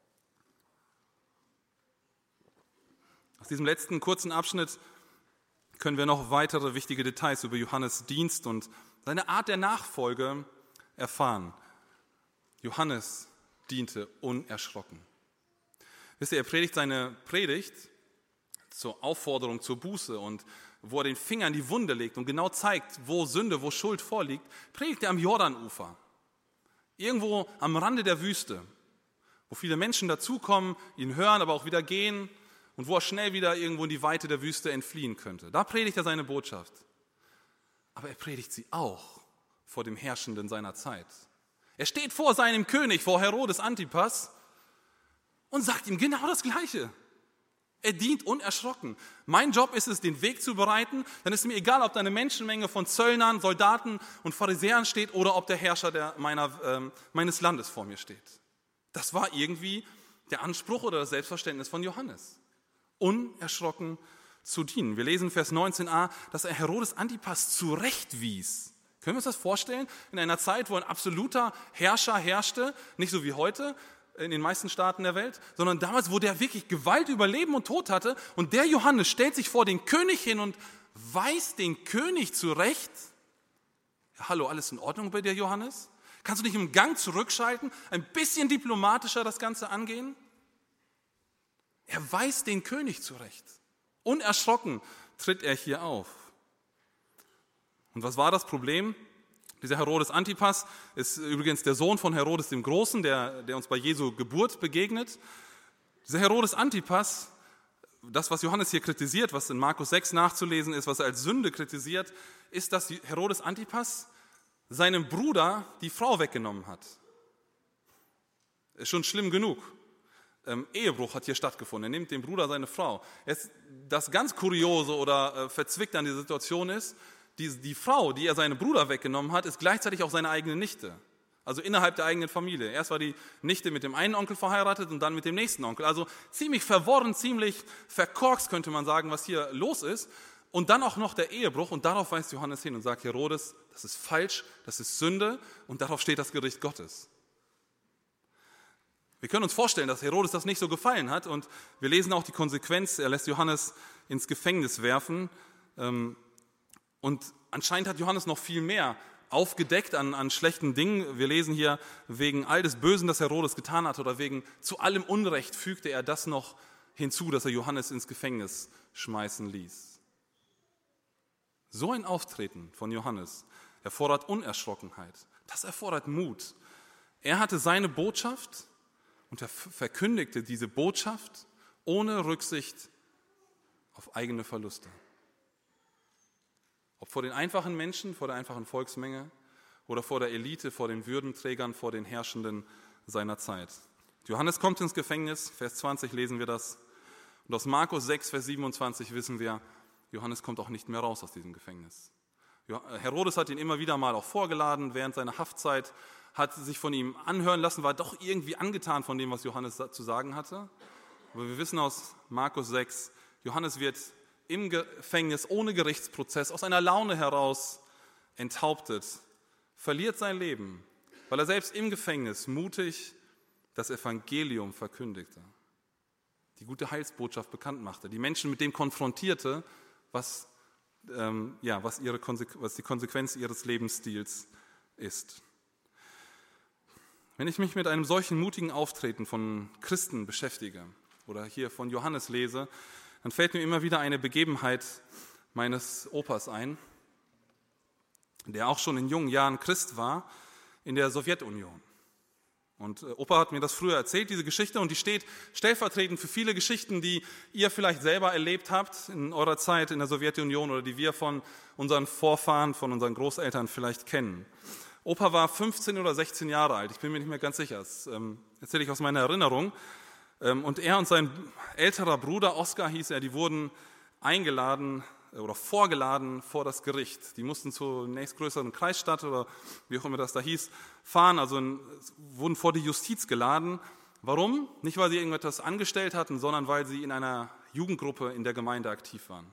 Aus diesem letzten kurzen Abschnitt können wir noch weitere wichtige Details über Johannes' Dienst und seine Art der Nachfolge erfahren. Johannes diente unerschrocken. Wisst ihr, er predigt seine Predigt zur Aufforderung zur Buße und wo er den Finger in die Wunde legt und genau zeigt, wo Sünde, wo Schuld vorliegt, predigt er am Jordanufer. Irgendwo am Rande der Wüste, wo viele Menschen dazukommen, ihn hören, aber auch wieder gehen und wo er schnell wieder irgendwo in die Weite der Wüste entfliehen könnte. Da predigt er seine Botschaft. Aber er predigt sie auch vor dem Herrschenden seiner Zeit. Er steht vor seinem König, vor Herodes Antipas und sagt ihm genau das Gleiche. Er dient unerschrocken. Mein Job ist es, den Weg zu bereiten. Dann ist mir egal, ob da eine Menschenmenge von Zöllnern, Soldaten und Pharisäern steht oder ob der Herrscher meines Landes vor mir steht. Das war irgendwie der Anspruch oder das Selbstverständnis von Johannes. Unerschrocken zu dienen. Wir lesen Vers 19a, dass er Herodes Antipas zurechtwies. Können wir uns das vorstellen? In einer Zeit, wo ein absoluter Herrscher herrschte, nicht so wie heute, in den meisten Staaten der Welt, sondern damals, wo der wirklich Gewalt über Leben und Tod hatte und der Johannes stellt sich vor den König hin und weist den König zurecht. Ja, hallo, alles in Ordnung bei dir, Johannes? Kannst du nicht im Gang zurückschalten, ein bisschen diplomatischer das Ganze angehen? Er weist den König zurecht. Unerschrocken tritt er hier auf. Und was war das Problem? Dieser Herodes Antipas ist übrigens der Sohn von Herodes dem Großen, der uns bei Jesu Geburt begegnet. Dieser Herodes Antipas, das, was Johannes hier kritisiert, was in Markus 6 nachzulesen ist, was er als Sünde kritisiert, ist, dass Herodes Antipas seinem Bruder die Frau weggenommen hat. Ist schon schlimm genug. Ehebruch hat hier stattgefunden. Er nimmt dem Bruder seine Frau. Das ganz Kuriose oder Verzwickte an der Situation ist, die Frau, die er seinem Bruder weggenommen hat, ist gleichzeitig auch seine eigene Nichte. Also innerhalb der eigenen Familie. Erst war die Nichte mit dem einen Onkel verheiratet und dann mit dem nächsten Onkel. Also ziemlich verworren, ziemlich verkorkst könnte man sagen, was hier los ist. Und dann auch noch der Ehebruch und darauf weist Johannes hin und sagt, Herodes, das ist falsch, das ist Sünde und darauf steht das Gericht Gottes. Wir können uns vorstellen, dass Herodes das nicht so gefallen hat und wir lesen auch die Konsequenz, er lässt Johannes ins Gefängnis werfen. Und anscheinend hat Johannes noch viel mehr aufgedeckt an schlechten Dingen. Wir lesen hier, wegen all des Bösen, das Herodes getan hat oder wegen zu allem Unrecht fügte er das noch hinzu, dass er Johannes ins Gefängnis schmeißen ließ. So ein Auftreten von Johannes erfordert Unerschrockenheit. Das erfordert Mut. Er hatte seine Botschaft und er verkündigte diese Botschaft ohne Rücksicht auf eigene Verluste. Ob vor den einfachen Menschen, vor der einfachen Volksmenge oder vor der Elite, vor den Würdenträgern, vor den Herrschenden seiner Zeit. Johannes kommt ins Gefängnis, Vers 20 lesen wir das. Und aus Markus 6, Vers 27 wissen wir, Johannes kommt auch nicht mehr raus aus diesem Gefängnis. Herodes hat ihn immer wieder mal auch vorgeladen während seiner Haftzeit, hat sich von ihm anhören lassen, war doch irgendwie angetan von dem, was Johannes zu sagen hatte. Aber wir wissen aus Markus 6, Johannes wird im Gefängnis ohne Gerichtsprozess aus einer Laune heraus enthauptet, verliert sein Leben, weil er selbst im Gefängnis mutig das Evangelium verkündigte, die gute Heilsbotschaft bekannt machte, die Menschen mit dem konfrontierte, was die Konsequenz ihres Lebensstils ist. Wenn ich mich mit einem solchen mutigen Auftreten von Christen beschäftige oder hier von Johannes lese, dann fällt mir immer wieder eine Begebenheit meines Opas ein, der auch schon in jungen Jahren Christ war in der Sowjetunion. Und Opa hat mir das früher erzählt, diese Geschichte, und die steht stellvertretend für viele Geschichten, die ihr vielleicht selber erlebt habt in eurer Zeit in der Sowjetunion oder die wir von unseren Vorfahren, von unseren Großeltern vielleicht kennen. Opa war 15 oder 16 Jahre alt, ich bin mir nicht mehr ganz sicher, das erzähle ich aus meiner Erinnerung. Und er und sein älterer Bruder, Oskar hieß er, die wurden eingeladen oder vorgeladen vor das Gericht. Die mussten zur nächstgrößeren Kreisstadt oder wie auch immer das da hieß, fahren, also wurden vor die Justiz geladen. Warum? Nicht, weil sie irgendetwas angestellt hatten, sondern weil sie in einer Jugendgruppe in der Gemeinde aktiv waren.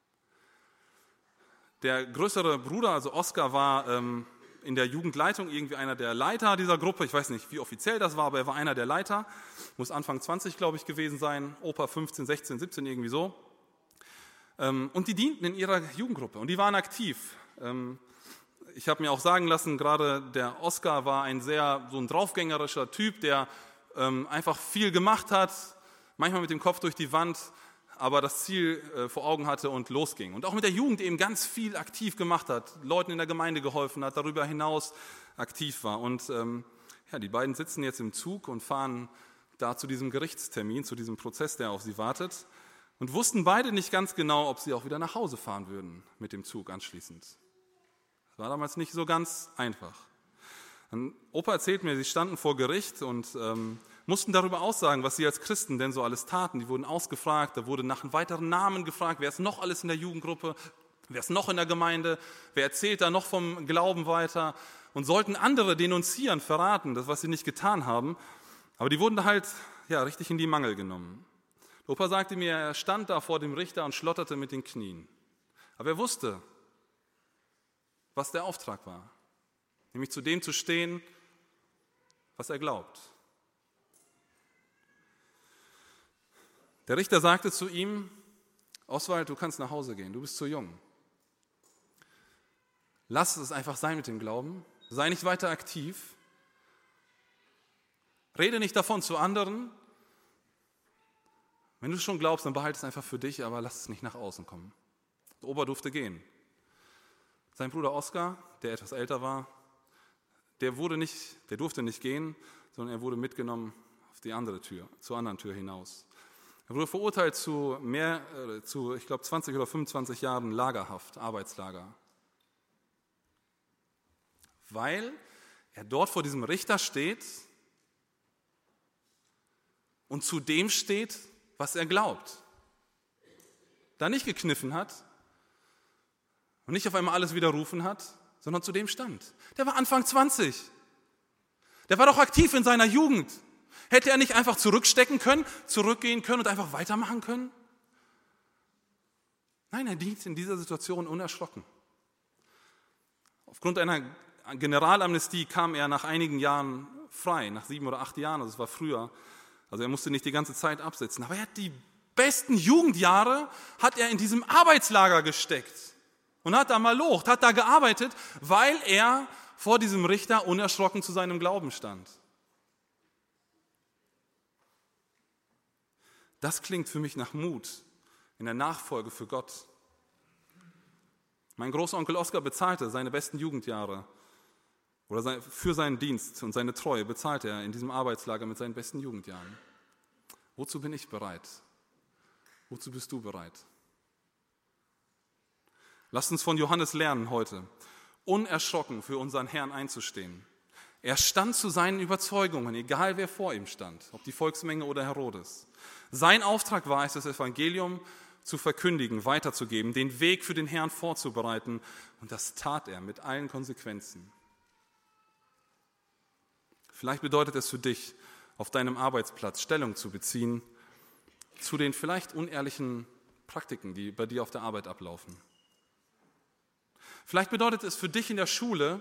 Der größere Bruder, also Oskar, war in der Jugendleitung irgendwie einer der Leiter dieser Gruppe. Ich weiß nicht, wie offiziell das war, aber er war einer der Leiter. Muss Anfang 20, glaube ich, gewesen sein. Opa 15, 16, 17, irgendwie so. Und die dienten in ihrer Jugendgruppe und die waren aktiv. Ich habe mir auch sagen lassen, gerade der Oskar war so ein draufgängerischer Typ, der einfach viel gemacht hat. manchmal mit dem Kopf durch die Wand, aber das Ziel vor Augen hatte und losging. Und auch mit der Jugend eben ganz viel aktiv gemacht hat, Leuten in der Gemeinde geholfen hat, darüber hinaus aktiv war. Und die beiden sitzen jetzt im Zug und fahren da zu diesem Gerichtstermin, zu diesem Prozess, der auf sie wartet, und wussten beide nicht ganz genau, ob sie auch wieder nach Hause fahren würden mit dem Zug anschließend. Das war damals nicht so ganz einfach. Ein Opa erzählt mir, sie standen vor Gericht und mussten darüber aussagen, was sie als Christen denn so alles taten. Die wurden ausgefragt, da wurde nach weiteren Namen gefragt, wer ist noch alles in der Jugendgruppe, wer ist noch in der Gemeinde, wer erzählt da noch vom Glauben weiter, und sollten andere denunzieren, verraten, das, was sie nicht getan haben. Aber die wurden halt richtig in die Mangel genommen. Der Opa sagte mir, er stand da vor dem Richter und schlotterte mit den Knien. Aber er wusste, was der Auftrag war, nämlich zu dem zu stehen, was er glaubt. Der Richter sagte zu ihm, Oswald, du kannst nach Hause gehen, du bist zu jung. Lass es einfach sein mit dem Glauben, sei nicht weiter aktiv, rede nicht davon zu anderen. Wenn du es schon glaubst, dann behalte es einfach für dich, aber lass es nicht nach außen kommen. Der Opa durfte gehen. Sein Bruder Oskar, der etwas älter war, der durfte nicht gehen, sondern er wurde mitgenommen auf die andere Tür, zur anderen Tür hinaus. Er wurde verurteilt zu 20 oder 25 Jahren Lagerhaft, Arbeitslager. Weil er dort vor diesem Richter steht und zu dem steht, was er glaubt. Da nicht gekniffen hat und nicht auf einmal alles widerrufen hat, sondern zu dem stand. Der war Anfang 20. Der war doch aktiv in seiner Jugend. Hätte er nicht einfach zurückstecken können, zurückgehen können und einfach weitermachen können? Nein, er dient in dieser Situation unerschrocken. Aufgrund einer Generalamnestie kam er nach einigen Jahren frei, nach 7 oder 8 Jahren, also es war früher. Also er musste nicht die ganze Zeit absitzen. Aber er hat die besten Jugendjahre hat er in diesem Arbeitslager gesteckt und hat da malocht, hat da gearbeitet, weil er vor diesem Richter unerschrocken zu seinem Glauben stand. Das klingt für mich nach Mut in der Nachfolge für Gott. Mein Großonkel Oskar bezahlte seine besten Jugendjahre oder für seinen Dienst und seine Treue bezahlte er in diesem Arbeitslager mit seinen besten Jugendjahren. Wozu bin ich bereit? Wozu bist du bereit? Lasst uns von Johannes lernen heute, unerschrocken für unseren Herrn einzustehen. Er stand zu seinen Überzeugungen, egal wer vor ihm stand, ob die Volksmenge oder Herodes. Sein Auftrag war es, das Evangelium zu verkündigen, weiterzugeben, den Weg für den Herrn vorzubereiten. Und das tat er mit allen Konsequenzen. Vielleicht bedeutet es für dich, auf deinem Arbeitsplatz Stellung zu beziehen zu den vielleicht unehrlichen Praktiken, die bei dir auf der Arbeit ablaufen. Vielleicht bedeutet es für dich in der Schule,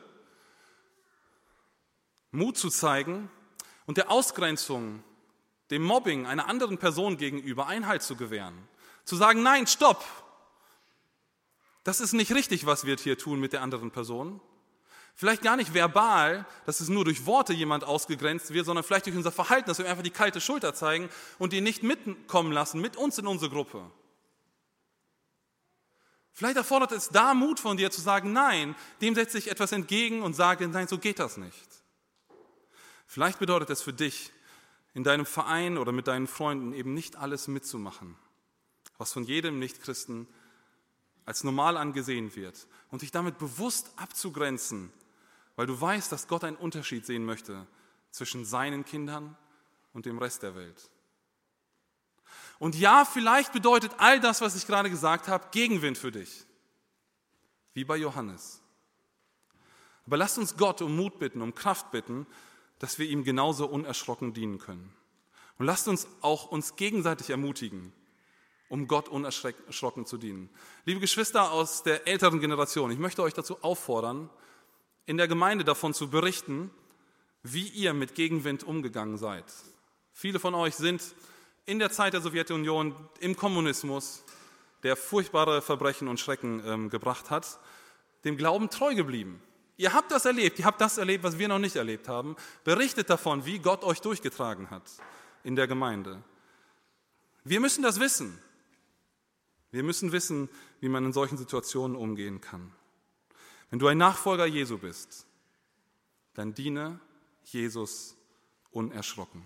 Mut zu zeigen und der Ausgrenzung, dem Mobbing einer anderen Person gegenüber Einhalt zu gewähren. Zu sagen, nein, stopp, das ist nicht richtig, was wir hier tun mit der anderen Person. Vielleicht gar nicht verbal, dass es nur durch Worte jemand ausgegrenzt wird, sondern vielleicht durch unser Verhalten, dass wir einfach die kalte Schulter zeigen und ihn nicht mitkommen lassen, mit uns in unsere Gruppe. Vielleicht erfordert es da Mut von dir zu sagen, nein, dem setze ich etwas entgegen und sage, nein, so geht das nicht. Vielleicht bedeutet es für dich, in deinem Verein oder mit deinen Freunden eben nicht alles mitzumachen, was von jedem Nichtchristen als normal angesehen wird und dich damit bewusst abzugrenzen, weil du weißt, dass Gott einen Unterschied sehen möchte zwischen seinen Kindern und dem Rest der Welt. Und ja, vielleicht bedeutet all das, was ich gerade gesagt habe, Gegenwind für dich, wie bei Johannes. Aber lasst uns Gott um Mut bitten, um Kraft bitten, dass wir ihm genauso unerschrocken dienen können. Und lasst uns auch uns gegenseitig ermutigen, um Gott unerschrocken zu dienen. Liebe Geschwister aus der älteren Generation, ich möchte euch dazu auffordern, in der Gemeinde davon zu berichten, wie ihr mit Gegenwind umgegangen seid. Viele von euch sind in der Zeit der Sowjetunion, im Kommunismus, der furchtbare Verbrechen und Schrecken gebracht hat, dem Glauben treu geblieben. Ihr habt das erlebt, was wir noch nicht erlebt haben. Berichtet davon, wie Gott euch durchgetragen hat in der Gemeinde. Wir müssen das wissen. Wir müssen wissen, wie man in solchen Situationen umgehen kann. Wenn du ein Nachfolger Jesu bist, dann diene Jesus unerschrocken.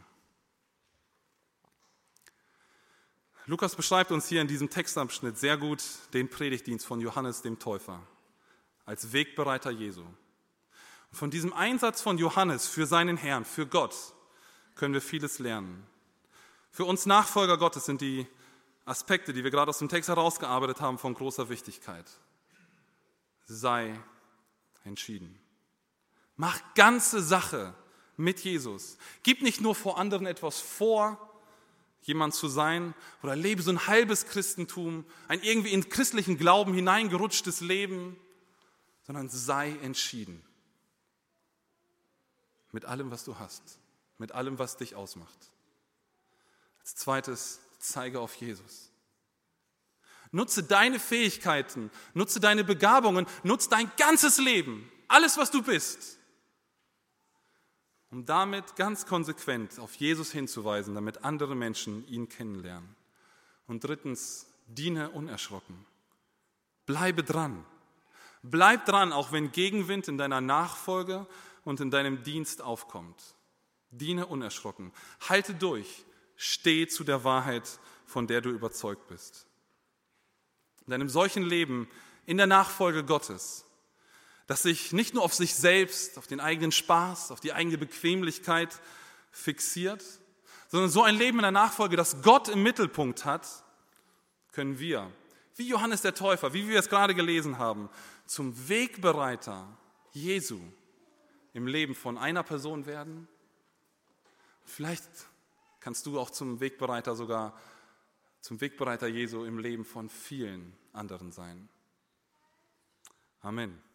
Lukas beschreibt uns hier in diesem Textabschnitt sehr gut den Predigtdienst von Johannes dem Täufer als Wegbereiter Jesu. Und von diesem Einsatz von Johannes für seinen Herrn, für Gott, können wir vieles lernen. Für uns Nachfolger Gottes sind die Aspekte, die wir gerade aus dem Text herausgearbeitet haben, von großer Wichtigkeit. Sei entschieden. Mach ganze Sache mit Jesus. Gib nicht nur vor anderen etwas vor, jemand zu sein, oder lebe so ein halbes Christentum, ein irgendwie in christlichen Glauben hineingerutschtes Leben, sondern sei entschieden. Mit allem, was du hast, mit allem, was dich ausmacht. Als zweites, zeige auf Jesus. Nutze deine Fähigkeiten, nutze deine Begabungen, nutze dein ganzes Leben, alles, was du bist, um damit ganz konsequent auf Jesus hinzuweisen, damit andere Menschen ihn kennenlernen. Und drittens, diene unerschrocken. Bleibe dran. Bleib dran, auch wenn Gegenwind in deiner Nachfolge und in deinem Dienst aufkommt. Diene unerschrocken. Halte durch. Steh zu der Wahrheit, von der du überzeugt bist. In einem solchen Leben, in der Nachfolge Gottes, das sich nicht nur auf sich selbst, auf den eigenen Spaß, auf die eigene Bequemlichkeit fixiert, sondern so ein Leben in der Nachfolge, das Gott im Mittelpunkt hat, können wir, wie Johannes der Täufer, wie wir es gerade gelesen haben, zum Wegbereiter Jesu im Leben von einer Person werden. Vielleicht kannst du auch zum Wegbereiter Jesu im Leben von vielen anderen sein. Amen.